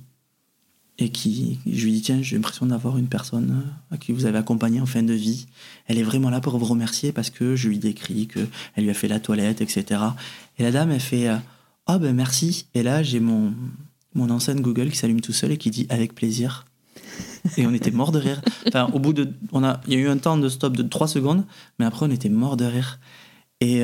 qui, je lui dis, tiens, j'ai l'impression d'avoir une personne à qui vous avez accompagné en fin de vie. Elle est vraiment là pour vous remercier parce que je lui décris qu'elle lui a fait la toilette, etc. Et la dame, elle fait, merci. Et là, j'ai mon enceinte Google qui s'allume tout seul et qui dit, avec plaisir. Et on était morts de rire. Enfin, au bout de... Il y a eu un temps de stop de 3 secondes, mais après, on était morts de rire. Et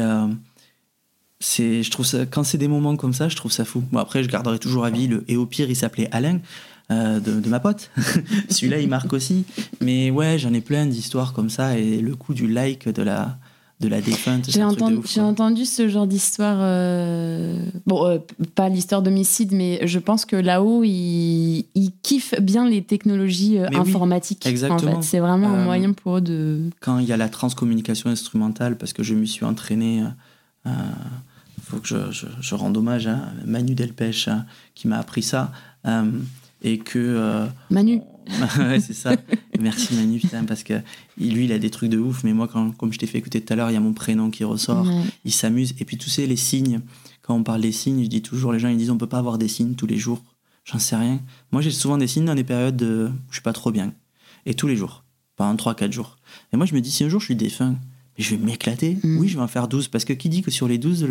je trouve ça, quand c'est des moments comme ça, je trouve ça fou. Bon, après, je garderai toujours à vie et au pire, il s'appelait Alain, de ma pote. Celui-là, il marque aussi. Mais ouais, j'en ai plein d'histoires comme ça. Et le coup du like de la défunte, j'ai entendu ce genre d'histoire. Pas l'histoire d'homicide, mais je pense que là-haut, ils kiffent bien les technologies informatiques. Oui, exactement. En fait. C'est vraiment un moyen pour eux de... Quand il y a la transcommunication instrumentale, parce que je m'y suis entraîné... faut que je rende hommage à Manu Delpech qui m'a appris ça, et que Manu ouais, c'est ça. Merci Manu, putain, parce que lui il a des trucs de ouf, mais moi comme je t'ai fait écouter tout à l'heure, il y a mon prénom qui ressort. Ouais. Il s'amuse, et puis tu sais, les signes, quand on parle des signes, je dis toujours, les gens ils disent on peut pas avoir des signes tous les jours. J'en sais rien, moi j'ai souvent des signes dans des périodes où je suis pas trop bien, et tous les jours, pendant 3-4 jours, et moi je me dis si un jour je suis défunt, je vais m'éclater. Oui, je vais en faire 12. Parce que qui dit que sur les 12,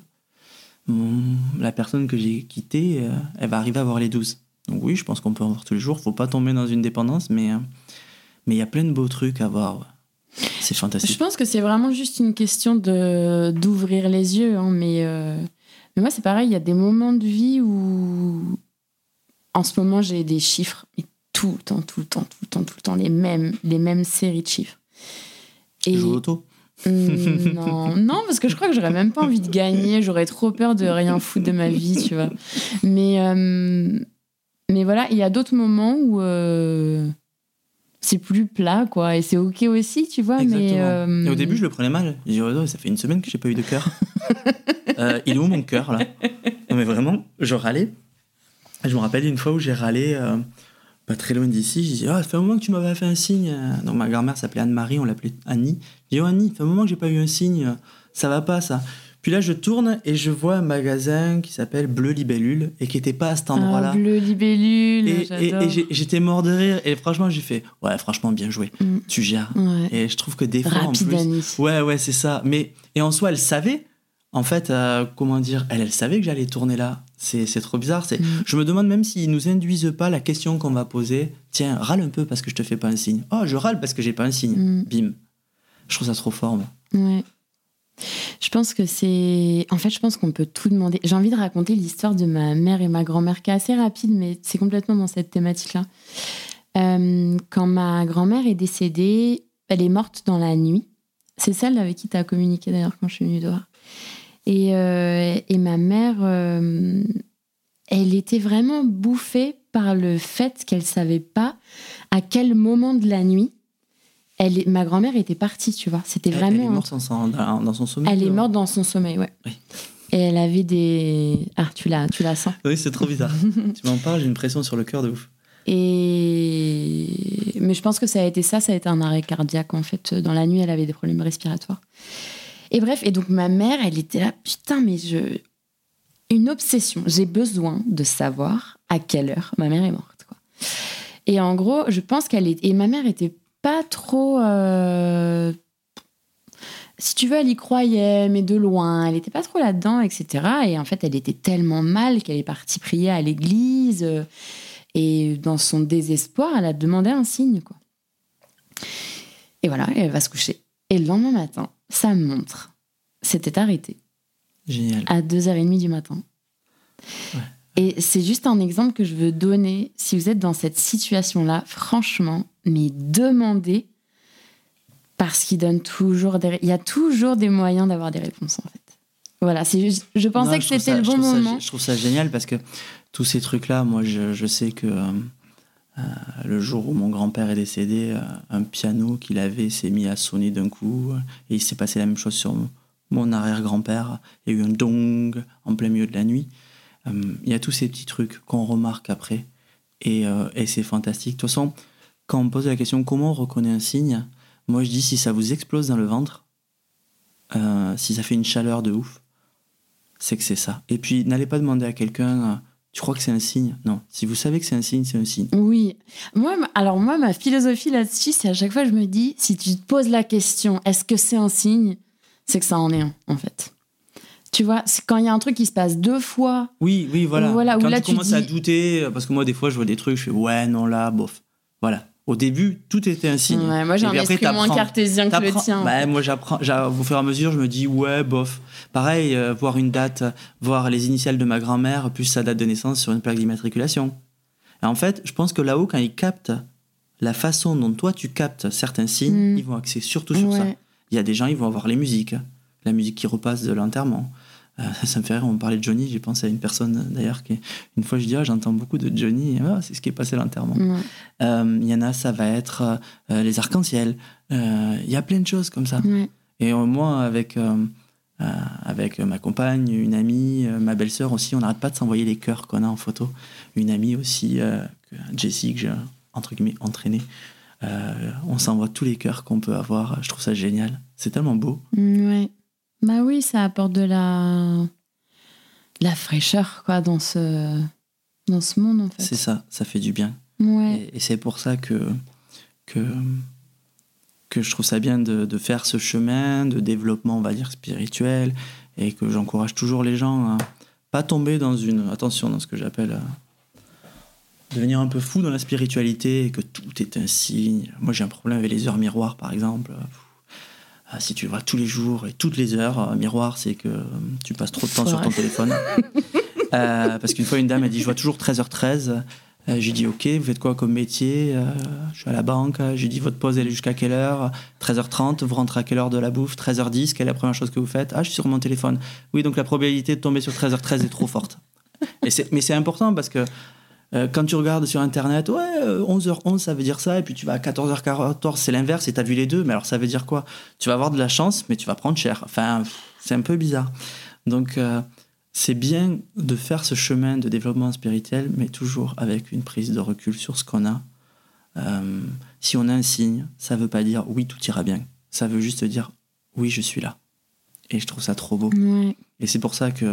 la personne que j'ai quittée, elle va arriver à avoir les 12. Donc oui, je pense qu'on peut en voir tous les jours. Faut pas tomber dans une dépendance, mais il y a plein de beaux trucs à voir. Ouais. C'est fantastique. Je pense que c'est vraiment juste une question d'ouvrir les yeux. Hein, mais moi, c'est pareil. Il y a des moments de vie où, en ce moment, j'ai des chiffres. Mais tout le temps, les mêmes séries de chiffres. Tu joues au loto? Non, parce que je crois que j'aurais même pas envie de gagner. J'aurais trop peur de rien foutre de ma vie, tu vois. Mais voilà, il y a d'autres moments où c'est plus plat, quoi. Et c'est OK aussi, tu vois. Exactement. Et au début, je le prenais mal. Je disais, ça fait 1 semaine que j'ai pas eu de cœur. Il est où mon cœur, là? Non, mais vraiment, je râlais. Je me rappelle une fois où j'ai râlé... pas très loin d'ici, je dis ça fait un moment que tu m'avais fait un signe. Donc ma grand-mère s'appelait Anne-Marie, on l'appelait Annie. Je dis Annie, ça fait un moment que j'ai pas eu un signe, ça va pas ça. Puis là je tourne et je vois un magasin qui s'appelle Bleu Libellule et qui était pas à cet endroit-là. Bleu Libellule, et j'étais mort de rire et franchement j'ai fait franchement bien joué, tu gères. Ouais. Et je trouve que des fois rapide, en plus, Annie. Ouais c'est ça. Mais et en soi elle savait. En fait, comment dire, elle savait que j'allais tourner là. C'est trop bizarre. Je me demande même s'ils nous induisent pas la question qu'on va poser. Tiens, râle un peu parce que je te fais pas un signe. Oh, je râle parce que j'ai pas un signe. Bim. Je trouve ça trop fort, moi. Ouais. Je pense que je pense qu'on peut tout demander. J'ai envie de raconter l'histoire de ma mère et ma grand-mère, qui est assez rapide, mais c'est complètement dans cette thématique-là. Quand ma grand-mère est décédée, elle est morte dans la nuit. C'est celle avec qui tu as communiqué d'ailleurs quand je suis venue te voir. Et ma mère, elle était vraiment bouffée par le fait qu'elle ne savait pas à quel moment de la nuit ma grand-mère était partie, tu vois. C'était vraiment... Elle est morte dans son sommeil. Elle est morte dans son sommeil, ouais. Oui. Et elle avait des... Ah, tu la sens. Oui, c'est trop bizarre. Tu m'en parles, j'ai une pression sur le cœur de ouf. Mais je pense que ça a été un arrêt cardiaque, en fait. Dans la nuit, elle avait des problèmes respiratoires. Et bref, et donc ma mère, elle était là, putain, mais une obsession. J'ai besoin de savoir à quelle heure ma mère est morte, quoi. Et en gros, je pense et ma mère était pas trop... Si tu veux, elle y croyait, mais de loin. Elle était pas trop là-dedans, etc. Et en fait, elle était tellement mal qu'elle est partie prier à l'église. Et dans son désespoir, elle a demandé un signe, quoi. Et voilà, elle va se coucher. Et le lendemain matin, sa montre s'était arrêtée. Génial. À 2h30 du matin. Ouais. Et c'est juste un exemple que je veux donner. Si vous êtes dans cette situation-là, franchement, mais demandez, parce qu'il donne toujours il y a toujours des moyens d'avoir des réponses, en fait. Voilà, je pensais que c'était le bon moment. Je trouve ça génial parce que tous ces trucs-là, moi, je sais que le jour où mon grand-père est décédé, un piano qu'il avait s'est mis à sonner d'un coup et il s'est passé la même chose sur mon arrière-grand-père. Il y a eu un dong en plein milieu de la nuit. Il y a tous ces petits trucs qu'on remarque après et c'est fantastique. De toute façon, quand on me pose la question comment on reconnaît un signe, moi je dis si ça vous explose dans le ventre, si ça fait une chaleur de ouf, c'est que c'est ça. Et puis n'allez pas demander à quelqu'un tu crois que c'est un signe? Non, si vous savez que c'est un signe, c'est un signe. Oui. Moi, ma philosophie là-dessus, c'est à chaque fois je me dis, si tu te poses la question est-ce que c'est un signe, c'est que ça en est un, en fait. Tu vois, c'est quand il y a un truc qui se passe 2 fois. Oui, voilà. Quand là, tu commences à douter, parce que moi, des fois, je vois des trucs, je fais ouais, non, là, bof. Voilà. Au début, tout était un signe. Ouais, moi, j'ai un esprit moins cartésien que le tien. Bah, moi, j'apprends. Au fur et à mesure, je me dis ouais, bof. Pareil, voir une date, voir les initiales de ma grand-mère, plus sa date de naissance sur une plaque d'immatriculation. Et en fait, je pense que là-haut, quand ils captent la façon dont toi, tu captes certains signes, ils vont axer surtout sur ça. Il y a des gens, ils vont avoir les musiques. La musique qui repasse de l'enterrement. Ça me fait rire, on parlait de Johnny, j'ai pensé à une personne d'ailleurs qui, une fois je dis j'entends beaucoup de Johnny, c'est ce qui est passé à l'enterrement. Il y en a, ça va être les arcs-en-ciel, il y a plein de choses comme ça. Et moi avec ma compagne, une amie, ma belle-sœur aussi, on n'arrête pas de s'envoyer les cœurs qu'on a en photo. Une amie aussi, Jessie, que j'ai entre guillemets entraînée. On s'envoie tous les cœurs qu'on peut avoir, je trouve ça génial, c'est tellement beau. Bah oui, ça apporte de la fraîcheur, quoi, dans ce monde, en fait. C'est ça fait du bien. Et c'est pour ça que je trouve ça bien de faire ce chemin de développement, on va dire, spirituel, et que j'encourage toujours les gens à pas tomber dans ce que j'appelle devenir un peu fou dans la spiritualité, et que tout est un signe. Moi, j'ai un problème avec les heures miroirs, par exemple. Si tu le vois tous les jours et toutes les heures, miroir, c'est que tu passes trop de temps sur ton téléphone. Parce qu'une fois, une dame a dit, je vois toujours 13h13. J'ai dit, ok, vous faites quoi comme métier? Je suis à la banque. J'ai dit, votre pause, elle est jusqu'à quelle heure? 13h30, vous rentrez à quelle heure de la bouffe? 13h10, quelle est la première chose que vous faites? Je suis sur mon téléphone. Oui, donc la probabilité de tomber sur 13h13 est trop forte. Mais c'est important parce que quand tu regardes sur internet, 11h11 ça veut dire ça, et puis tu vas à 14h14, c'est l'inverse, et t'as vu les deux, mais alors ça veut dire quoi? Tu vas avoir de la chance, mais tu vas prendre cher. Enfin, c'est un peu bizarre. Donc c'est bien de faire ce chemin de développement spirituel, mais toujours avec une prise de recul sur ce qu'on a. Si on a un signe, ça veut pas dire oui, tout ira bien. Ça veut juste dire oui, je suis là. Et je trouve ça trop beau. Et c'est pour ça que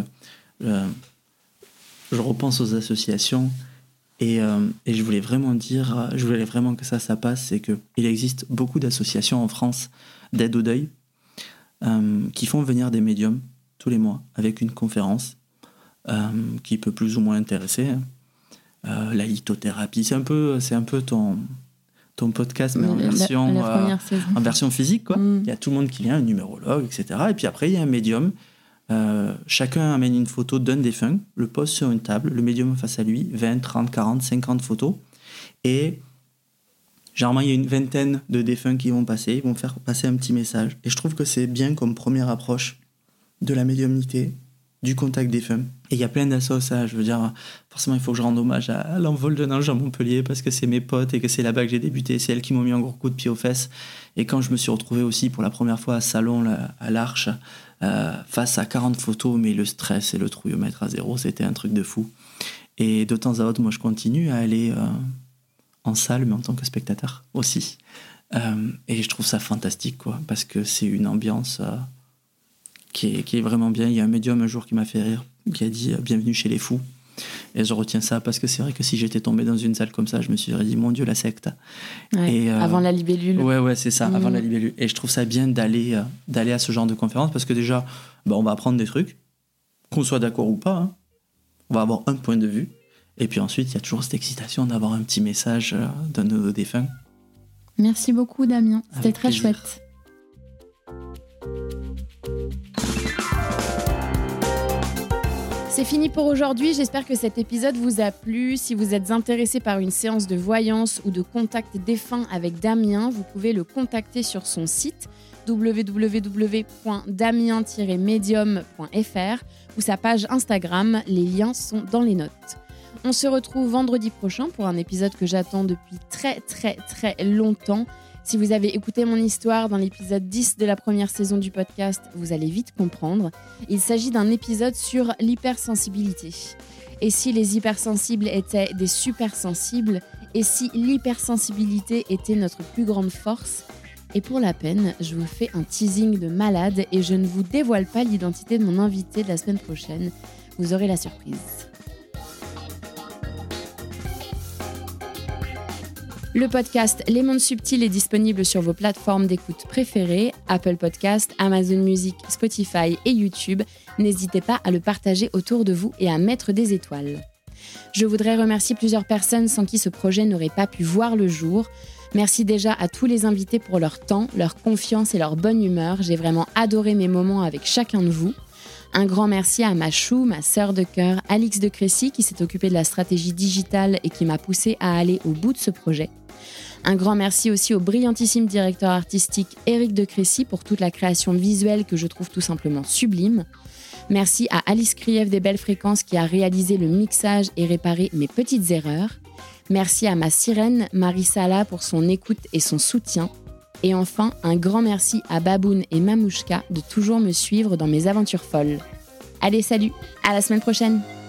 je repense aux associations. Et je voulais vraiment que ça passe, c'est qu'il existe beaucoup d'associations en France d'aide au deuil qui font venir des médiums tous les mois avec une conférence qui peut plus ou moins intéresser. La lithothérapie, c'est un peu ton podcast, mais en version physique, quoi. Il y a tout le monde qui vient, un numérologue, etc. Et puis après, il y a un médium. Chacun amène une photo d'un défunt, le pose sur une table, le médium face à lui, 20, 30, 40, 50 photos, et généralement il y a une vingtaine de défunts qui vont passer, ils vont faire passer un petit message, et je trouve que c'est bien comme première approche de la médiumnité, du contact défunt. Et il y a plein d'assos, ça, je veux dire, forcément il faut que je rende hommage à l'envol d'un ange à Montpellier, parce que c'est mes potes et que c'est là-bas que j'ai débuté, c'est elles qui m'ont mis un gros coup de pied aux fesses. Et quand je me suis retrouvé aussi pour la première fois à Salon, à l'Arche, face à 40 photos, mais le stress et le trouillomètre à zéro, c'était un truc de fou. Et de temps à autre, moi, je continue à aller en salle, mais en tant que spectateur aussi. Et je trouve ça fantastique, quoi, parce que c'est une ambiance qui est vraiment bien. Il y a un médium un jour qui m'a fait rire, qui a dit « Bienvenue chez les fous ». Et je retiens ça parce que c'est vrai que si j'étais tombé dans une salle comme ça, je me suis dit « Mon Dieu, la secte ». Ouais, avant la libellule. Ouais, c'est ça, avant la libellule. Et je trouve ça bien d'aller à ce genre de conférence parce que déjà, on va apprendre des trucs, qu'on soit d'accord ou pas, hein. On va avoir un point de vue. Et puis ensuite, il y a toujours cette excitation d'avoir un petit message d'un de nos défunts. Merci beaucoup, Damien. C'était Avec très plaisir. chouette. C'est fini pour aujourd'hui, j'espère que cet épisode vous a plu. Si vous êtes intéressé par une séance de voyance ou de contact défunt avec Damien, vous pouvez le contacter sur son site www.damien-medium.fr ou sa page Instagram, les liens sont dans les notes. On se retrouve vendredi prochain pour un épisode que j'attends depuis très très très longtemps. Si vous avez écouté mon histoire dans l'épisode 10 de la première saison du podcast, vous allez vite comprendre. Il s'agit d'un épisode sur l'hypersensibilité. Et si les hypersensibles étaient des supersensibles ? Et si l'hypersensibilité était notre plus grande force ? Et pour la peine, je vous fais un teasing de malade et je ne vous dévoile pas l'identité de mon invité de la semaine prochaine. Vous aurez la surprise. Le podcast Les Mondes Subtils est disponible sur vos plateformes d'écoute préférées, Apple Podcast, Amazon Music, Spotify et YouTube. N'hésitez pas à le partager autour de vous et à mettre des étoiles. Je voudrais remercier plusieurs personnes sans qui ce projet n'aurait pas pu voir le jour. Merci déjà à tous les invités pour leur temps, leur confiance et leur bonne humeur. J'ai vraiment adoré mes moments avec chacun de vous. Un grand merci à ma chou, ma sœur de cœur, Alix de Crécy, qui s'est occupée de la stratégie digitale et qui m'a poussée à aller au bout de ce projet. Un grand merci aussi au brillantissime directeur artistique Éric de Crécy pour toute la création visuelle que je trouve tout simplement sublime. Merci à Alice Krief des Belles Fréquences qui a réalisé le mixage et réparé mes petites erreurs. Merci à ma sirène Marie Sala pour son écoute et son soutien. Et enfin, un grand merci à Baboun et Mamouchka de toujours me suivre dans mes aventures folles. Allez, salut, à la semaine prochaine!